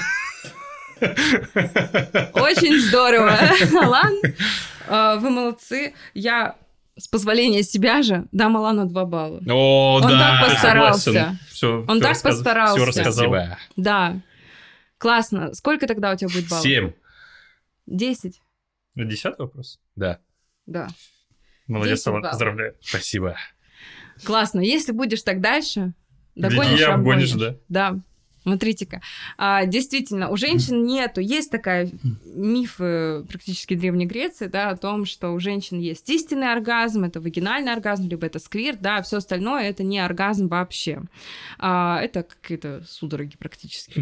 Очень здорово. Алан, э, вы молодцы. Я, с позволения себя же, дам Алану два балла. О, Он да! так постарался. Всё, Он всё так рассказ- постарался. всё рассказал. Спасибо. Да. Классно. Сколько тогда у тебя будет баллов? Семь. Десять? Десятый вопрос. Да, Да. Молодец, Десять Алан, баллов. поздравляю. спасибо. Классно. Если будешь так дальше, Ведь догонишь, я обгонишь. обгонишь, да. Да. Смотрите-ка. А, действительно, у женщин нету. Есть такая миф э, практически Древней Греции, да, о том, что у женщин есть истинный оргазм, это вагинальный оргазм, либо это сквирт, да, все остальное это не оргазм вообще. А, это какие-то судороги практически.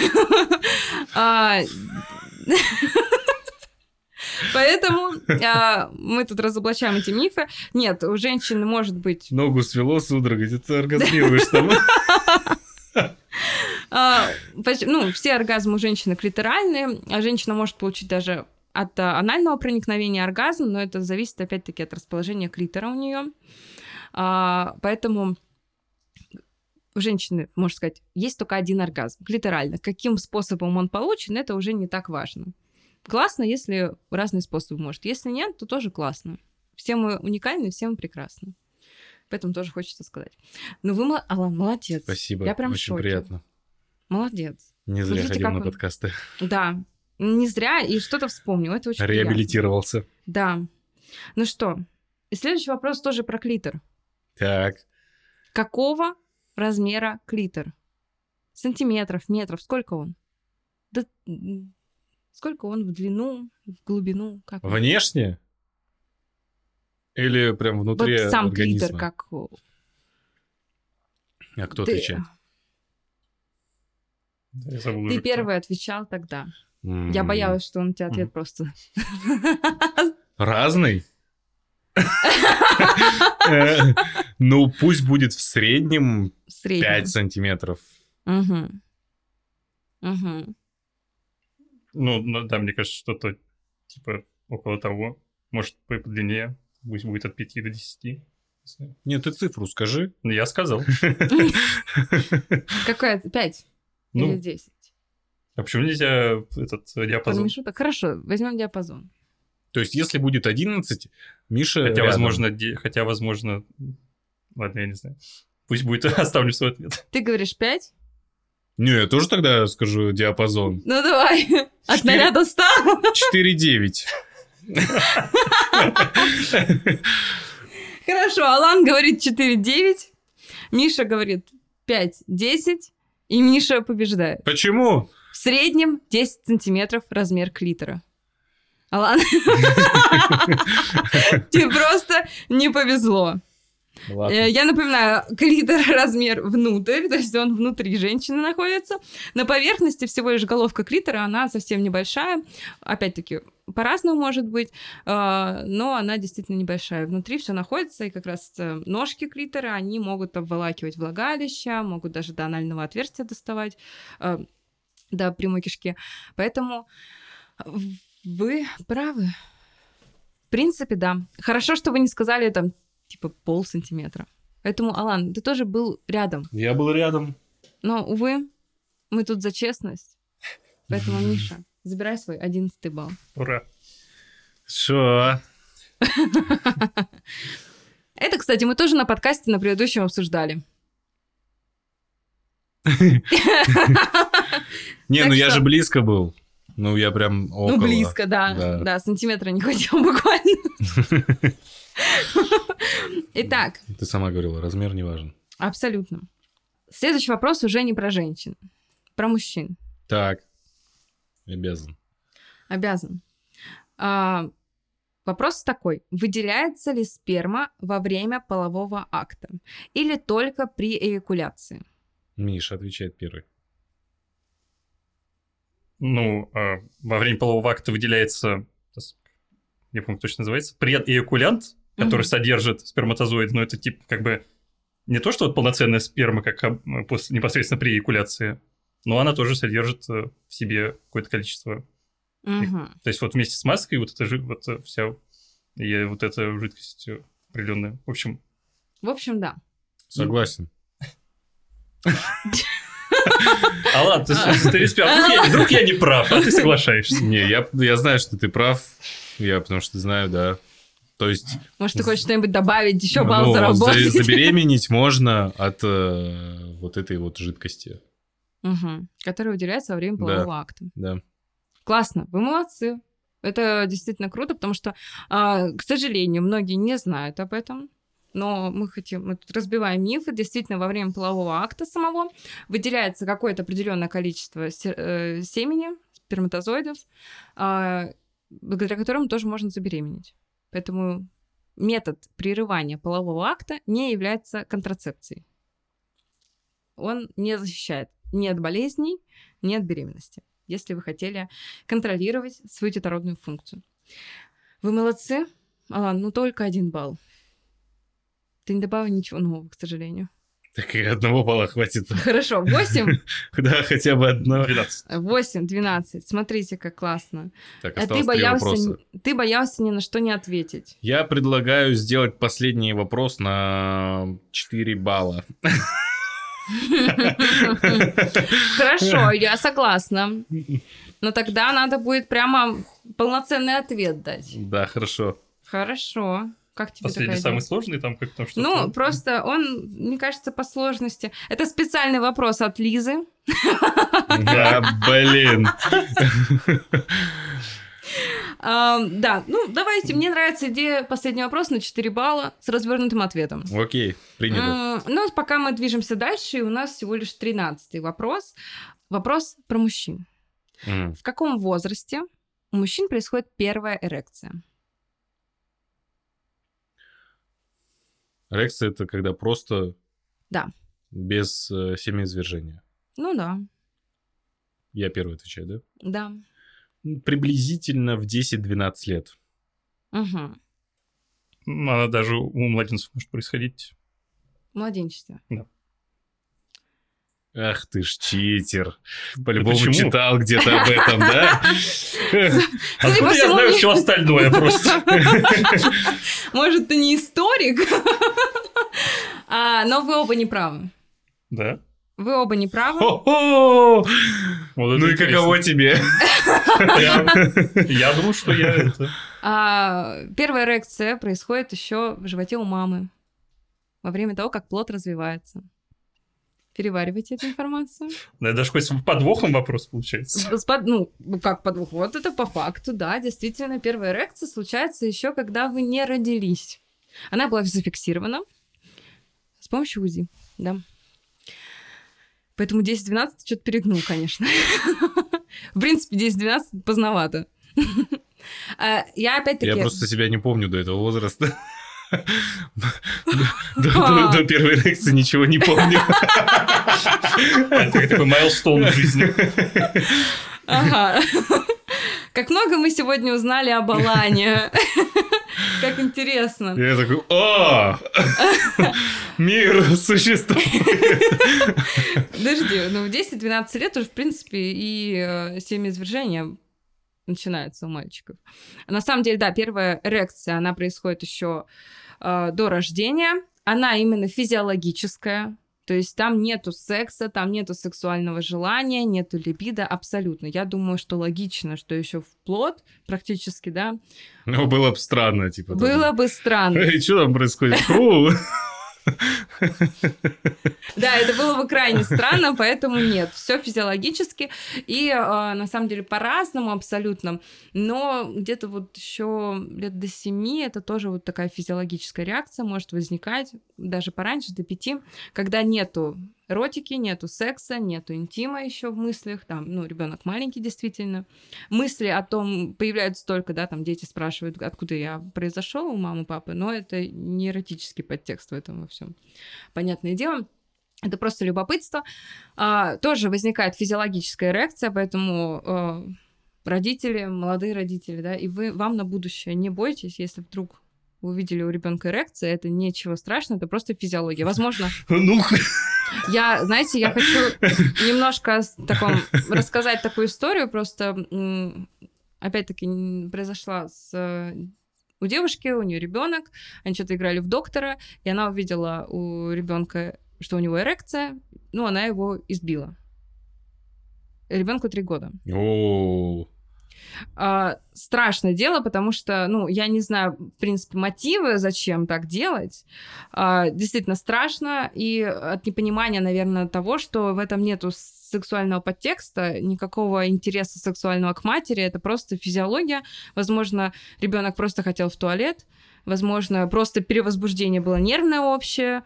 А, Поэтому а, мы тут разоблачаем эти мифы. Нет, у женщин может быть... Ногу свело судорога, где ты оргазмируешь там. а, поч- ну, все оргазмы у женщины клиторальные, а женщина может получить даже от а, анального проникновения оргазм, но это зависит опять-таки от расположения клитора у нее. Поэтому у женщины, можно сказать, есть только один оргазм, клиторально. Каким способом он получен, это уже не так важно. Классно, если разные способы может. Если нет, то тоже классно. Все мы уникальны, все мы прекрасны. Поэтому тоже хочется сказать. Ну вы, мо- Алан, молодец. Спасибо, Я прям в очень шоке. приятно. Молодец. Не зря Смотрите, ходил как на он- подкасты. Да, не зря, и что-то вспомнил. Это очень приятно. Реабилитировался. Да. Ну что, и следующий вопрос тоже про клитор. Так, Какого размера клитор? Сантиметров, метров, сколько он? Да, м, сколько он в длину, в глубину? Как он? внешне? Или прям внутри Вот сам организма? клитор, как... о, А кто ты, отвечает? Я забыл ты уже, кто. первый отвечал тогда. М, Я боялась, что он у тебя ответ Мгм. просто... Разный? Э, Ну, пусть будет в среднем Средний. пять сантиметров. Угу. Угу. Ну, ну, да, мне кажется, что-то типа около того. Может, по длине. Пусть будет от пяти до десяти. Не знаю. Нет, ты цифру скажи. Ну, я сказал. Какая? Пять или Ну, десять? а почему нельзя этот диапазон? Промежуток? Хорошо, возьмем диапазон. То есть, если будет одиннадцать, Миша Хотя, рядом. возможно, де- хотя, возможно... Ладно, я не знаю. Пусть будет, оставлю свой ответ. Ты говоришь пять? Не, я тоже тогда скажу диапазон. Ну давай. От Четыре. ноля до ста. четыре девять. Хорошо, Алан говорит четыре девять, Миша говорит пять десять, и Миша побеждает. Почему? В среднем десять сантиметров размер клитора. Алан, тебе просто не повезло. Ладно. Э, Я напоминаю, клитор размер внутрь, то есть он внутри женщины находится. На поверхности всего лишь головка клитора, она совсем небольшая. Опять-таки, по-разному может быть, э, но она действительно небольшая. Внутри все находится, и как раз э, ножки клитора, они могут обволакивать влагалище, могут даже до анального отверстия доставать, э, до прямой кишки. Поэтому вы правы. В принципе, да. Хорошо, что вы не сказали там типа пол сантиметра. Поэтому, Алан, ты тоже был рядом. Я был рядом. Но, увы, мы тут за честность. Поэтому, Миша, забирай свой одиннадцатый балл. Ура. Шо? Это, кстати, мы тоже на подкасте на предыдущем обсуждали. Не, Так ну я что- же близко был. Ну, я прям около. Ну, близко, да. Да. Да, сантиметра не хватило буквально. Итак, Ты сама говорила, размер не важен. абсолютно. Следующий вопрос уже не про женщин, про мужчин. Так. Обязан. Обязан. А, вопрос такой. Выделяется ли сперма во время полового акта или только при эякуляции? Миша отвечает первый. Ну, э, во время полового акта выделяется, не помню, как точно называется, предэякулянт, который Мгм. содержит сперматозоид, но это типа как бы не то, что вот полноценная сперма, как об- после, непосредственно при эякуляции, но она тоже содержит э, в себе какое-то количество. Мгм. То есть вот вместе с маской вот эта жи- вот э, вся и вот эта жидкость э, определенная. В общем, В общем, да. Согласен. а ладно, ты, с- ты респи- а вдруг, я, вдруг я не прав, а ты соглашаешься. Не, я, я знаю, что ты прав. Я потому что знаю, да. То есть Может, ты хочешь что-нибудь добавить, еще ну, балл за- заработать? забеременеть можно от э, вот этой вот жидкости. Мгм. Который выделяется во время Да. полового акта. Да. Классно, вы молодцы. Это действительно круто, потому что, а, к сожалению, многие не знают об этом. Но мы хотим, мы тут разбиваем мифы. Действительно, во время полового акта самого выделяется какое-то определенное количество се- э, семени, сперматозоидов, а, благодаря которым тоже можно забеременеть. Поэтому метод прерывания полового акта не является контрацепцией. Он не защищает ни от болезней, ни от беременности, если вы хотели контролировать свою детородную функцию. Вы молодцы. Алан, ну только один балл. Ты не добавил ничего нового, к сожалению. Так и одного балла хватит. Хорошо, восемь, Да, хотя бы одного. двенадцать. восемь, двенадцать. Смотрите, как классно. Так, А ты осталось три боялся, вопроса. ты боялся ни на что не ответить. Я предлагаю сделать последний вопрос на четыре балла. Хорошо, я согласна. Но тогда надо будет прямо полноценный ответ дать. Да, хорошо. Хорошо. Как тебе Последний такая самый идея? сложный, там как там что-то. Ну, просто он, мне кажется, по сложности. Это специальный вопрос от Лизы. Да, блин. А, да, ну давайте, мне нравится идея последний вопрос на четыре балла с развернутым ответом. Окей, принято. М, Ну, пока мы движемся дальше, у нас всего лишь тринадцатый вопрос. Вопрос про мужчин. М. В каком возрасте у мужчин происходит первая эрекция? Эрекция — это когда просто... Да. Без э, семяизвержения. Ну да, Я первый отвечаю, да? да. Ну, приблизительно в десять-двенадцать лет. Угу. Ну, она даже у младенцев может происходить. Младенчество. Ах ты ж читер. По-любому почему? читал где-то об этом, да? Судя по Откуда я всему, знаю мне- все остальное просто? Может, ты не историк? А, но вы оба не правы. Да. Вы оба не правы. Хо-хо! Вот это Ну и интересно. каково тебе? Я- Я думал, что я это... А, первая эрекция происходит еще в животе у мамы во время того, как плод развивается. Переваривайте эту информацию. Да, даже хоть с подвохом вопрос получается. С под- Ну, как подвох? Вот это по факту, да. Действительно, первая эрекция случается еще, когда вы не родились. Она была зафиксирована с помощью УЗИ, да. Поэтому десять-двенадцать что-то перегнул, конечно. В принципе, десять-двенадцать поздновато. А, Я опять-таки... Я просто себя не помню до этого возраста. До до- до первой эрекции ничего не помню. Это как такой майлстоун в жизни. Ага. Как много мы сегодня узнали об Алане. Как интересно. Я такой, о, мир существует. Подожди, ну в десять-двенадцать лет уже, в принципе, и э, семяизвержение начинается у мальчиков. На самом деле, да, первая эрекция, она происходит еще э, до рождения. Она именно физиологическая. То есть там нету секса, там нету сексуального желания, нету либидо, абсолютно. Я думаю, что логично, что еще вплоть практически, да. Ну, было бы странно, типа. Было там... бы странно. Эй, что там происходит? Да, это было бы крайне странно, поэтому нет, все физиологически и э, на самом деле по-разному абсолютно, но где-то вот еще лет до семи это тоже вот такая физиологическая реакция может возникать, даже пораньше, до пяти, когда нету эротики, нету секса, нету интима еще в мыслях, там, ну, ребенок маленький действительно, мысли о том появляются только, да, там дети спрашивают, откуда я произошел у мамы, папы, но это не эротический подтекст в этом во всем. Понятное дело, это просто любопытство. А, тоже возникает физиологическая реакция, поэтому а, родители, молодые родители, да, и вы, вам на будущее не бойтесь, если вдруг вы увидели у ребенка эрекцию, это ничего страшного, это просто физиология. Возможно... Ну... Я, знаете, я хочу немножко таком, рассказать такую историю, просто, опять-таки, произошла с... У девушки, у нее ребенок, они что-то играли в доктора, и она увидела у ребенка, что у него эрекция, ну, она его избила. Ребенку три года. О. А, страшное дело, потому что, ну, я не знаю, в принципе, мотивы, зачем так делать. А, действительно страшно, и от непонимания, наверное, того, что в этом нету сексуального подтекста, никакого интереса сексуального к матери, это просто физиология. Возможно, ребенок просто хотел в туалет, возможно, просто перевозбуждение было нервное общее.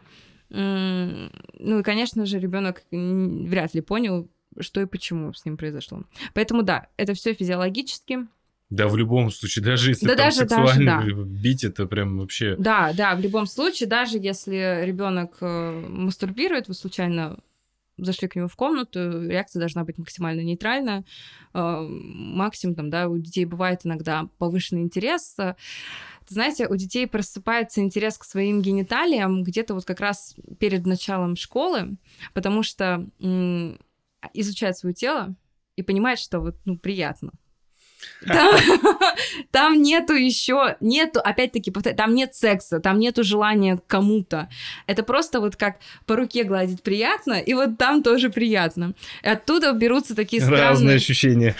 Ну и, конечно же, ребенок вряд ли понял, что и почему с ним произошло. Поэтому да, это все физиологически. Да, в любом случае, даже если да, там даже, сексуально даже, да. бить, это прям вообще... Да, да, в любом случае, даже если ребенок э, мастурбирует, вы случайно зашли к нему в комнату, реакция должна быть максимально нейтральная. Э, максимум, там, да, у детей бывает иногда повышенный интерес. Знаете, у детей просыпается интерес к своим гениталиям где-то вот как раз перед началом школы, потому что... М- изучает свое тело и понимает, что вот, ну, приятно. Там, там нету еще, нету, опять-таки, там нет секса, там нету желания к кому-то. Это просто вот как по руке гладить приятно, и вот там тоже приятно. И оттуда берутся такие странные... Разные ощущения.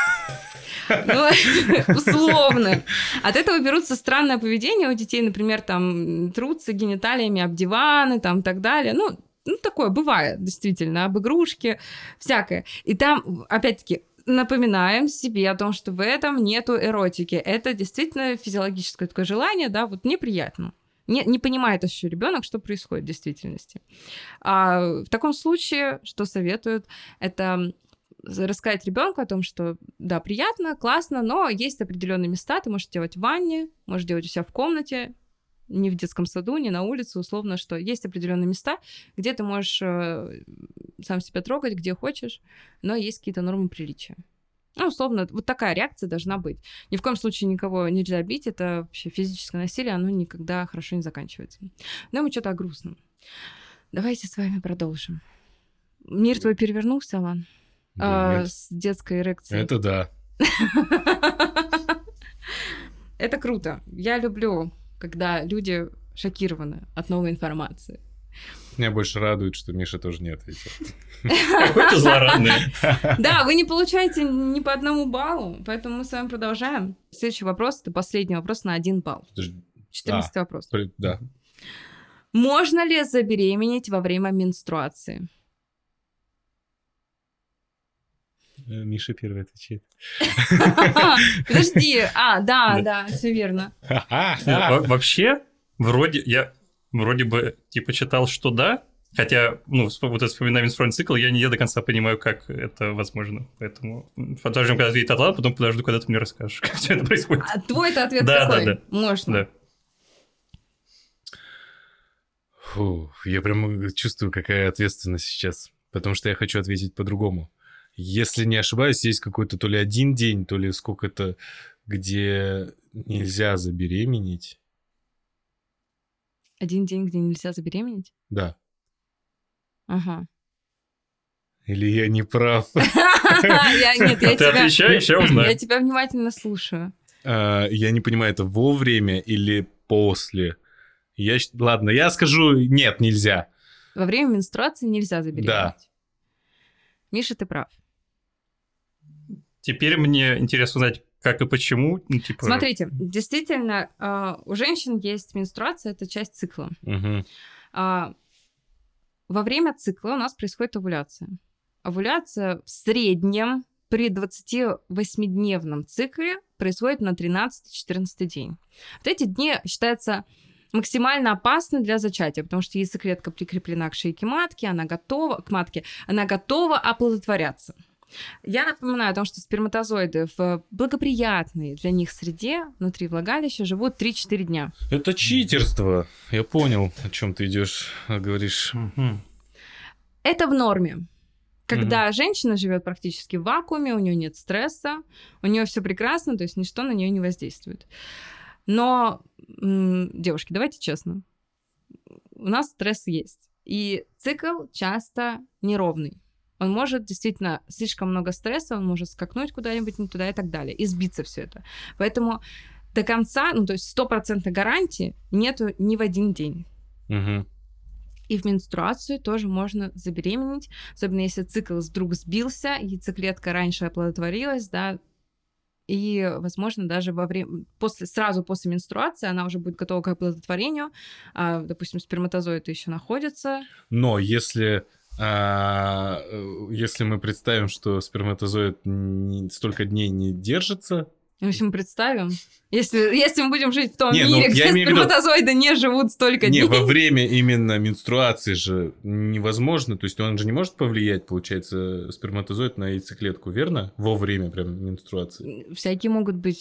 Ну, условно. От этого берутся странное поведение у детей, например, там, трутся гениталиями об диваны, там, и так далее. Ну, Ну, такое бывает, действительно, об игрушке, всякое. И там, опять-таки, напоминаем себе о том, что в этом нету эротики. Это действительно физиологическое такое желание, да, вот неприятно. Не, не понимает еще ребенок, что происходит в действительности. А в таком случае, что советуют, это рассказать ребенку о том, что да, приятно, классно, но есть определенные места, ты можешь делать в ванне, можешь делать у себя в комнате, не в детском саду, не на улице, условно, что есть определенные места, где ты можешь э, сам себя трогать, где хочешь, но есть какие-то нормы приличия. Ну, условно, вот такая реакция должна быть. Ни в коем случае никого нельзя бить, это вообще физическое насилие, оно никогда хорошо не заканчивается. Но мы что-то о грустном. Давайте с вами продолжим. Мир твой перевернулся, Алан? Да, а, с детской эрекцией. Это да. Это круто. Я люблю, когда люди шокированы от новой информации. Меня больше радует, что Миша тоже не ответил. Какой ты злорадный. Да, вы не получаете ни по одному баллу, поэтому мы с вами продолжаем. Следующий вопрос, это последний вопрос на один балл. четырнадцатый вопрос. Да. Можно ли забеременеть во время менструации? Миша первый отвечает. Подожди. А, да, да, все верно. Вообще, вроде я вроде бы типа читал, что да, хотя, ну, вот это вспоминаю менструальный цикл, я не до конца понимаю, как это возможно. Поэтому подождем, когда ответит Атлан, потом подожду, когда ты мне расскажешь, как все это происходит. А твой-то ответ да, какой? Да, да, Можно. Да. Фу, я прям чувствую, какая ответственность сейчас, потому что я хочу ответить по-другому. Если не ошибаюсь, есть какой-то то ли один день, то ли сколько-то, где нельзя забеременеть. Один день, где нельзя забеременеть? Да. Ага. Или я не прав? Ты отвечаешь, я узнаю. Я тебя внимательно слушаю. Я не понимаю, это во время или после? Я... Ладно, я скажу, нет, нельзя. Во время менструации нельзя забеременеть. Да. Миша, ты прав. Теперь мне интересно узнать, как и почему. Ну, типа... Смотрите, действительно, э, у женщин есть менструация, это часть цикла. Угу. А, во время цикла у нас происходит овуляция. Овуляция в среднем при двадцативосьмидневном цикле происходит на тринадцатый-четырнадцатый день. Вот эти дни считаются максимально опасны для зачатия, потому что яйцеклетка прикреплена к шейке матки, она готова, к матке, она готова оплодотворяться. Я напоминаю о том, что сперматозоиды в благоприятной для них среде внутри влагалища живут три-четыре дня. Это читерство. Я понял, о чем ты идешь, говоришь. Угу. Это в норме. Когда угу. женщина живет практически в вакууме, у нее нет стресса, у нее все прекрасно, то есть ничто на нее не воздействует. Но, м- девушки, давайте честно, у нас стресс есть. И цикл часто неровный. Он может действительно слишком много стресса, он может скакнуть куда-нибудь не туда и так далее, и сбиться все это. Поэтому до конца, ну то есть стопроцентной гарантии нету ни в один день. Угу. И в менструацию тоже можно забеременеть, особенно если цикл вдруг сбился, яйцеклетка раньше оплодотворилась, да, и, возможно, даже во время, после, сразу после менструации она уже будет готова к оплодотворению, а, допустим, сперматозоиды еще находятся. Но если, а, если мы представим, что сперматозоид не, столько дней не держится... Если мы представим, если, если мы будем жить в том не, мире, ну, где сперматозоиды виду... не живут столько не, дней. Во время именно менструации же невозможно, то есть он же не может повлиять, получается, сперматозоид на яйцеклетку, верно? Во время прям менструации. Всякие могут быть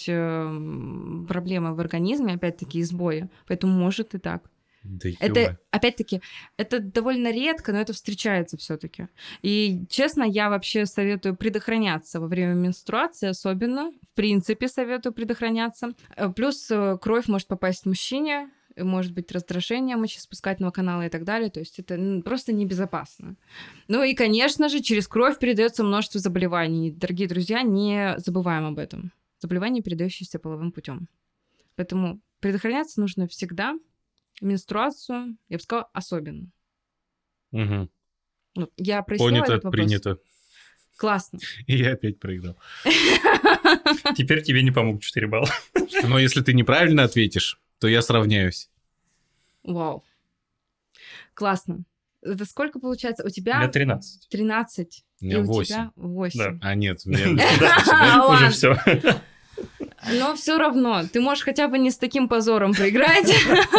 э, проблемы в организме, опять-таки, и сбои, поэтому может и так. Да это, опять-таки, это довольно редко, но это встречается все-таки. И, честно, я вообще советую предохраняться во время менструации, особенно, в принципе, советую предохраняться. Плюс кровь может попасть мужчине, может быть раздражение мочеиспускательного канала и так далее, то есть это просто небезопасно. Ну и, конечно же, через кровь передается множество заболеваний. Дорогие друзья, не забываем об этом. Заболевания, передающиеся половым путем. Поэтому предохраняться нужно всегда. Менструацию, я бы сказала, особенно. Угу. Ну, я прояснила Понято, этот вопрос. принято. Классно. И я опять проиграл. Теперь тебе не помогут четыре балла. Но если ты неправильно ответишь, то я сравняюсь. Вау. Классно. Это сколько получается? У тебя... У меня тринадцать. тринадцать. У меня и восемь. у тебя восемь. Да. А нет, у меня уже все. Но все равно, ты можешь хотя бы не с таким позором проиграть.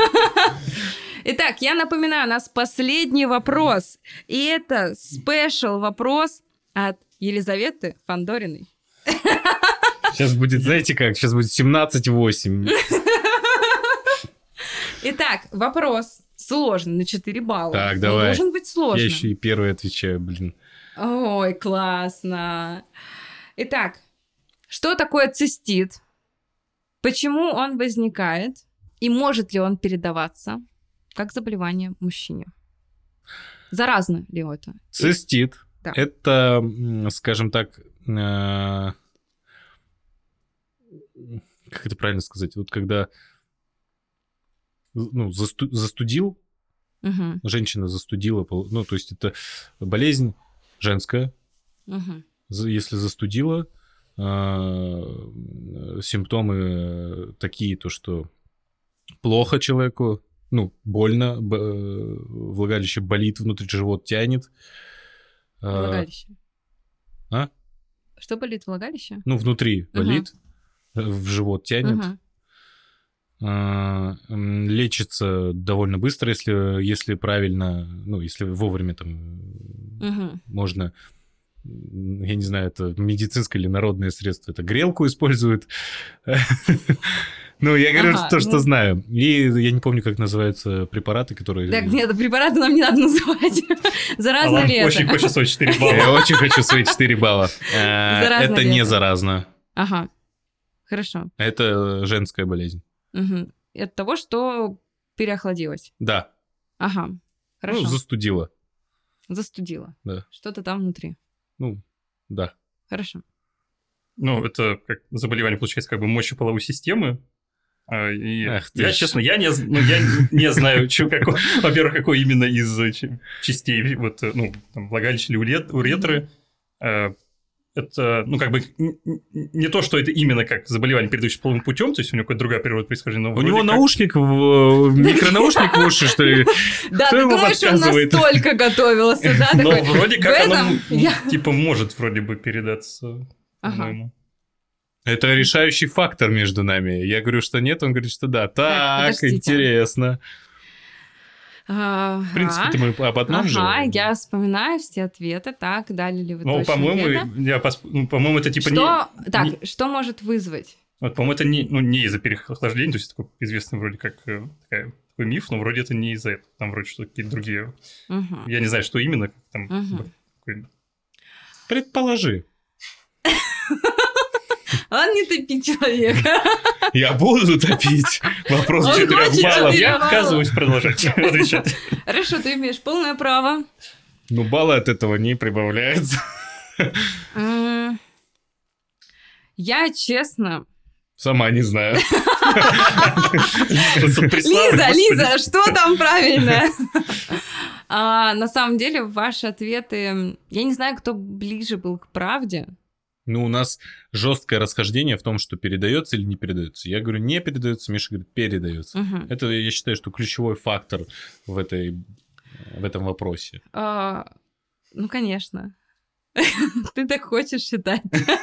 Итак, я напоминаю, у нас последний вопрос. И это спешл вопрос от Елизаветы Фандориной. Сейчас будет, знаете как, сейчас будет семнадцать восемь. Итак, вопрос сложный, на четыре балла. Так, Он давай. должен быть сложным. Я еще и первый отвечаю, блин. Ой, классно. Итак, что такое цистит? Почему он возникает? И может ли он передаваться как заболевание мужчине? Заразно ли это? Цистит. Да. Это, скажем так, э... как это правильно сказать? Вот когда ну, засту... застудил, угу. женщина застудила, ну, то есть это болезнь женская. Угу. Если застудила, симптомы такие, то что плохо человеку, ну, больно, влагалище болит, внутри живот тянет. Влагалище. А? Что болит влагалище? Ну, внутри угу. болит, в живот тянет. Угу. Лечится довольно быстро, если, если правильно, ну, если вовремя там угу. можно... Я не знаю, это медицинское или народное средство. Это грелку используют. Ну, я говорю то, что знаю. И я не помню, как называются препараты, которые... Так, нет, препараты нам не надо называть. Заразно ли это? Очень хочет свои четыре балла. Я очень хочу свои четыре балла. Это не заразно. Ага, хорошо. Это женская болезнь. От того, что переохладилось. Да. Ага, хорошо. Ну, застудила. Застудила. Да. Что-то там внутри. Ну, да. Хорошо. Ну, это как заболевание, получается, как бы мочеполовой системы. А, И Ах ты я, ж. честно, я не, з- ну, я не знаю, чё, какой- во-первых, какой именно из э, ч- частей, вот, э, ну, там, влагалища или урет- уретры. Э, Это, ну, как бы, н- н- не то, что это именно как заболевание, передающееся половым путем, то есть у него какая-то другая природа происхождения, но У вроде него как- наушник, в... микронаушник в уши, что ли? Да, Кто ты ему думаешь, он подсказывает? настолько готовился, да? Но такой, вроде в как оно, этом м, я- типа, может вроде бы передаться, Ага. по-моему. Это решающий фактор между нами. Я говорю, что нет, он говорит, что да. Так, подождите. интересно. Ага. В принципе, мы об одном же. Ага, я вспоминаю все ответы. Так, дали ли вы Ну, точно по-моему, ответы? я пос- ну, по-моему, это типа не... Что, так, не- что может вызвать? Вот, по-моему, это не, ну, не из-за переохлаждения, то есть такой известный вроде как э, такая- такой миф, но вроде это не из-за этого. Там вроде что какие-то другие. Мгм. Я не знаю, что именно. Как там, Мгм. какой- Предположи. Он не топит человека. Я буду топить. Вопрос Он четырех хочет баллов. четыре. Я балла. отказываюсь продолжать отвечать. Хорошо, ты имеешь полное право. Ну, баллы от этого не прибавляются. М, Я, честно... Сама не знаю. Лиза, Лиза, что там правильно? А, на самом деле, ваши ответы... Я не знаю, кто ближе был к правде. Ну, у нас жесткое расхождение в том, что передается или не передается. Я говорю, не передается, Миша говорит, передается. Мгм. Это, я считаю, что ключевой фактор в, этой, в этом вопросе. А, Ну, конечно. Ты так хочешь считать.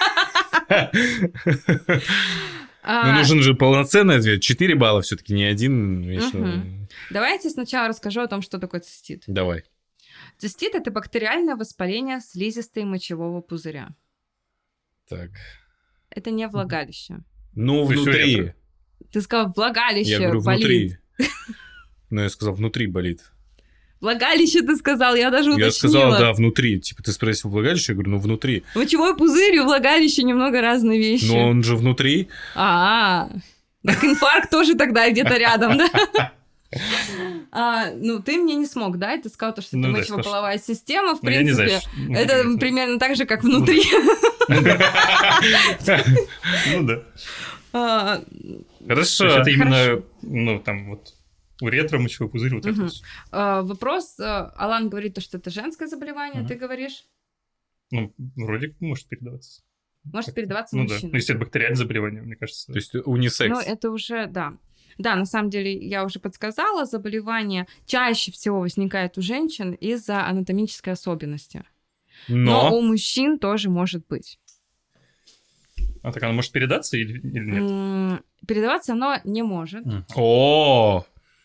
Ну, А, нужен же полноценный ответ. четыре балла все-таки, не один. Вечно. Мгм. Давайте сначала расскажу о том, что такое цистит. Давай. Цистит – это бактериальное воспаление слизистой мочевого пузыря. Так. Это не влагалище. Ну, То есть внутри. уретра. Ты сказал, влагалище Я говорю, болит. внутри. Ну, я сказал, внутри болит. Влагалище ты сказал, я даже уточнила. Я сказал, да, внутри. Типа, ты спросил влагалище, я говорю, ну, внутри. Мочевой пузырь и влагалище немного разные вещи. Но он же внутри. А, так инфаркт тоже тогда где-то рядом, да? А, ну, ты мне не смог, да? Ты сказал, то, что это Ну да, мочеполовая система, в Ну, я не знаю, принципе. ш- ну, Это ну, примерно так же, как внутри. Ну да. А, То Хорошо. есть это именно, Хорошо. ну, там вот уретра, мочевой пузырь, вот это Мгм. вот. а, Вопрос. а, Алан говорит, то, что это женское заболевание, Мгм. ты говоришь, Ну, вроде как может передаваться. может передаваться Ну да. мужчинам. Ну, если это бактериальное заболевание, мне кажется. То есть унисекс. Ну, это уже, да. Да, на самом деле, я уже подсказала, заболевание чаще всего возникает у женщин из-за анатомической особенности. Но, Но. у мужчин тоже может быть. А так оно может передаться или, или нет? М, Передаваться оно не может. М. О,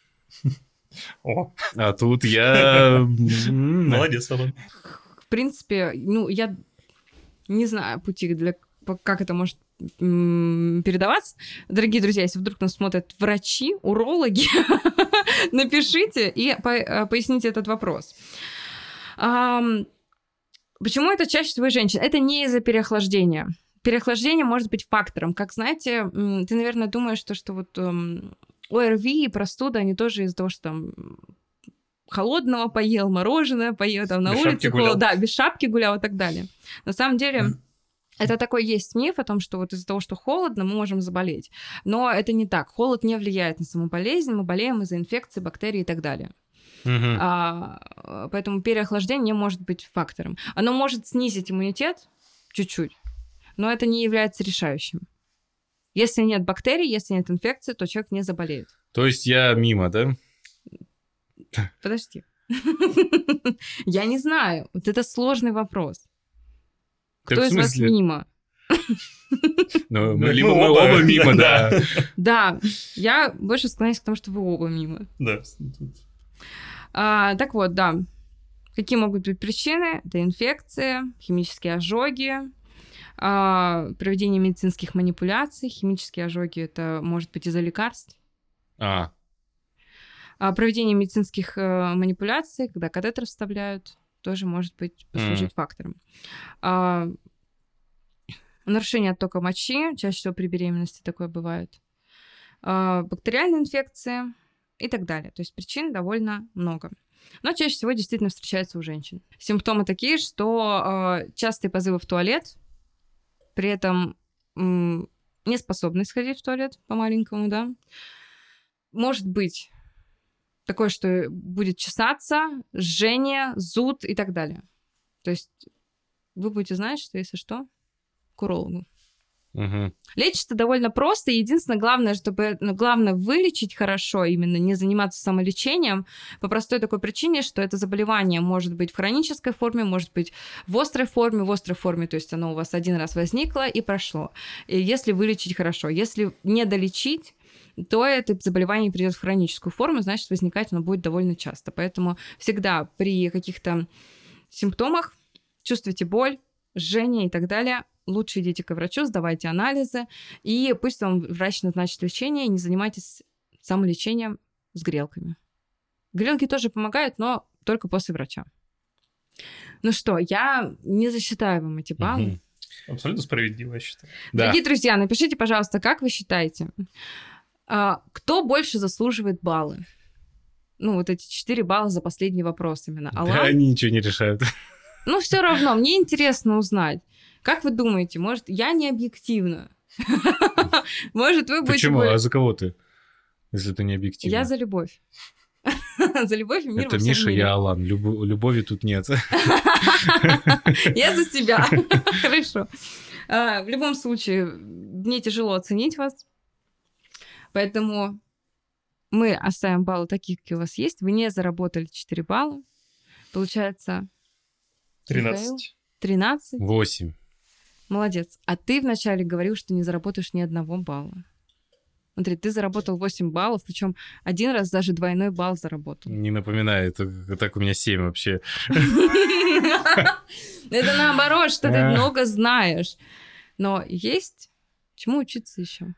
О, а тут я... м, молодец, Алан. В принципе, ну, я не знаю пути, для по- как это может м, передаваться. Дорогие друзья, если вдруг нас смотрят врачи, урологи, напишите и по- э, поясните этот вопрос. Ам, Почему это чаще всего женщин? Это не из-за переохлаждения. Переохлаждение может быть фактором. Как знаете, м, ты, наверное, думаешь, то, что вот м, ОРВИ и простуда, они тоже из-за того, что там холодного поел, мороженое поел, там на Без шапки улице гулял. холодно, да, без шапки гулял и так далее. На самом деле, это такой есть миф о том, что вот из-за того, что холодно, мы можем заболеть. Но это не так. Холод не влияет на саму болезнь, мы болеем из-за инфекций, бактерий и так далее. Мгм. А, поэтому переохлаждение не может быть фактором. Оно может снизить иммунитет чуть-чуть, но это не является решающим. Если нет бактерий, если нет инфекции, то человек не заболеет. То есть я мимо, да? Подожди. Я не знаю. Вот это сложный вопрос. Так Кто в из вас смысле? мимо? Ну, Мы либо мы оба. оба мимо, да. Да, я больше склоняюсь к тому, что вы оба мимо. Да. А, так вот, да. Какие могут быть причины? Это инфекции, химические ожоги, а, проведение медицинских манипуляций. Химические ожоги это может быть из-за лекарств. А, А, проведение медицинских э, манипуляций, когда катетер вставляют, тоже может быть послужить фактором. А, нарушение оттока мочи, чаще всего при беременности такое бывает. А, бактериальные инфекции и так далее. То есть причин довольно много. Но чаще всего действительно встречаются у женщин. Симптомы такие, что э, частые позывы в туалет, при этом, м, ну, неспособность ходить в туалет по-маленькому, да. Может быть такое, что будет чесаться, жжение, зуд и так далее. То есть вы будете знать, что если что, к урологу. Угу. Лечится довольно просто. Единственное, главное, чтобы ну, главное вылечить хорошо, именно не заниматься самолечением, по простой такой причине, что это заболевание может быть в хронической форме, может быть в острой форме. В острой форме, то есть оно у вас один раз возникло и прошло. И если вылечить хорошо. Если не долечить, то это заболевание придет в хроническую форму, значит, возникать оно будет довольно часто. Поэтому всегда при каких-то симптомах чувствуете боль, жжение и так далее, лучше идите к врачу, сдавайте анализы, и пусть вам врач назначит лечение, и не занимайтесь самолечением с грелками. Грелки тоже помогают, но только после врача. Ну что, я не засчитаю вам эти баллы. Угу. Абсолютно справедливо, я считаю. Дорогие Да. друзья, напишите, пожалуйста, как вы считаете, кто больше заслуживает баллы? Ну, вот эти четыре балла за последний вопрос именно. Да, Алан? они ничего не решают. Ну, все равно, мне интересно узнать. Как вы думаете, может, я не объективна? Может, вы будете... Почему? А за кого ты? Если ты не объективна. Я за любовь. За любовь и мир Это во всем Миша, мире. я Алан. Любо- Любови тут нет. Я за себя. Хорошо. А, В любом случае, мне тяжело оценить вас. Поэтому мы оставим баллы такие, какие у вас есть. Вы не заработали четыре балла. Получается тринадцать. тринадцать. Восемь. Молодец. А ты вначале говорил, что не заработаешь ни одного балла. Смотри, ты заработал восемь баллов, причем один раз даже двойной балл заработал. Не напоминай, это так у меня семь вообще. Это наоборот, что ты А. много знаешь. Но есть чему учиться еще.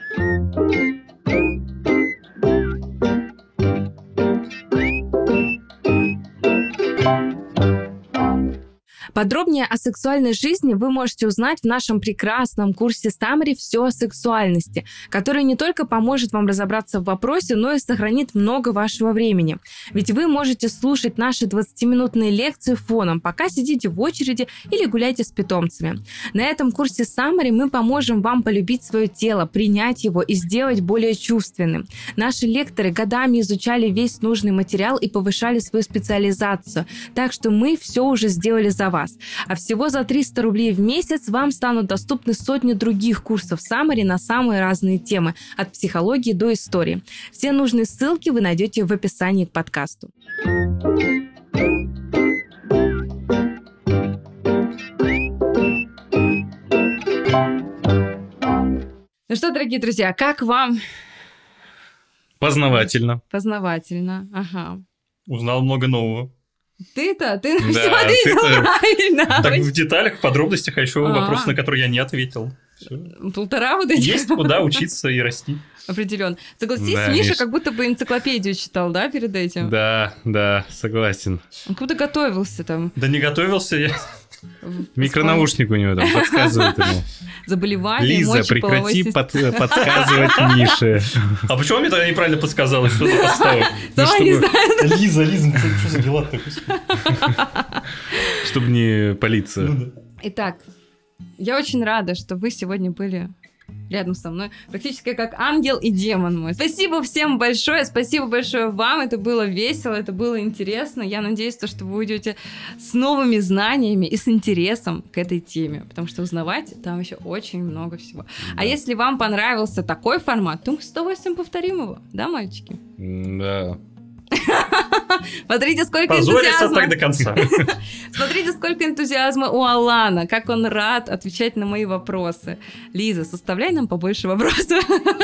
Подробнее о сексуальной жизни вы можете узнать в нашем прекрасном курсе Summary «Все о сексуальности», который не только поможет вам разобраться в вопросе, но и сохранит много вашего времени. Ведь вы можете слушать наши двадцатиминутные лекции фоном, пока сидите в очереди или гуляете с питомцами. На этом курсе Summary мы поможем вам полюбить свое тело, принять его и сделать более чувственным. Наши лекторы годами изучали весь нужный материал и повышали свою специализацию, так что мы все уже сделали за вас. А всего за триста рублей в месяц вам станут доступны сотни других курсов Summary на самые разные темы, от психологии до истории. Все нужные ссылки вы найдете в описании к подкасту. Ну что, дорогие друзья, как вам? Познавательно. Познавательно. Ага. Узнал много нового. Ты-то, ты Да, все ответил ты-то- правильно. Так в деталях, в подробностях, а еще А. вопросы, на которые я не ответил. Всё. Полтора вот эти. Есть куда учиться и расти. Определенно. Согласись, Да, Миша Миш. как будто бы энциклопедию читал, да, перед этим? Да, да, согласен. Он куда готовился там? Да не готовился я. в- Микронаушник у него там подсказывает ему. Заболевание Лиза, мочеполовой прекрати системы. под- подсказывать Мише. А почему мне тогда неправильно подсказалось, что за подстава? Сама Ну, не чтобы- знаю. Лиза, Лиза, ну что за дела-то? Чтобы не палиться. Ну да. Итак, я очень рада, что вы сегодня были рядом со мной, практически как ангел и демон мой. Спасибо всем большое, спасибо большое вам, это было весело, это было интересно. Я надеюсь, то, что вы уйдете с новыми знаниями и с интересом к этой теме, потому что узнавать там еще очень много всего. А если вам понравился такой формат, то мы с удовольствием повторим его, да, мальчики? Да. Смотрите, сколько Позориться энтузиазма. так до конца. Смотрите, сколько энтузиазма у Алана, как он рад отвечать на мои вопросы. Лиза, составляй нам побольше вопросов.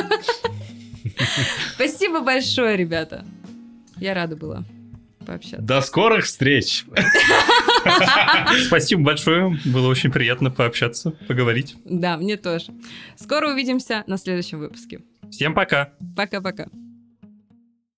Спасибо большое, ребята. Я рада была пообщаться. До скорых встреч! Спасибо большое. Было очень приятно пообщаться, поговорить. Да, мне тоже. Скоро увидимся на следующем выпуске. Всем пока. Пока-пока.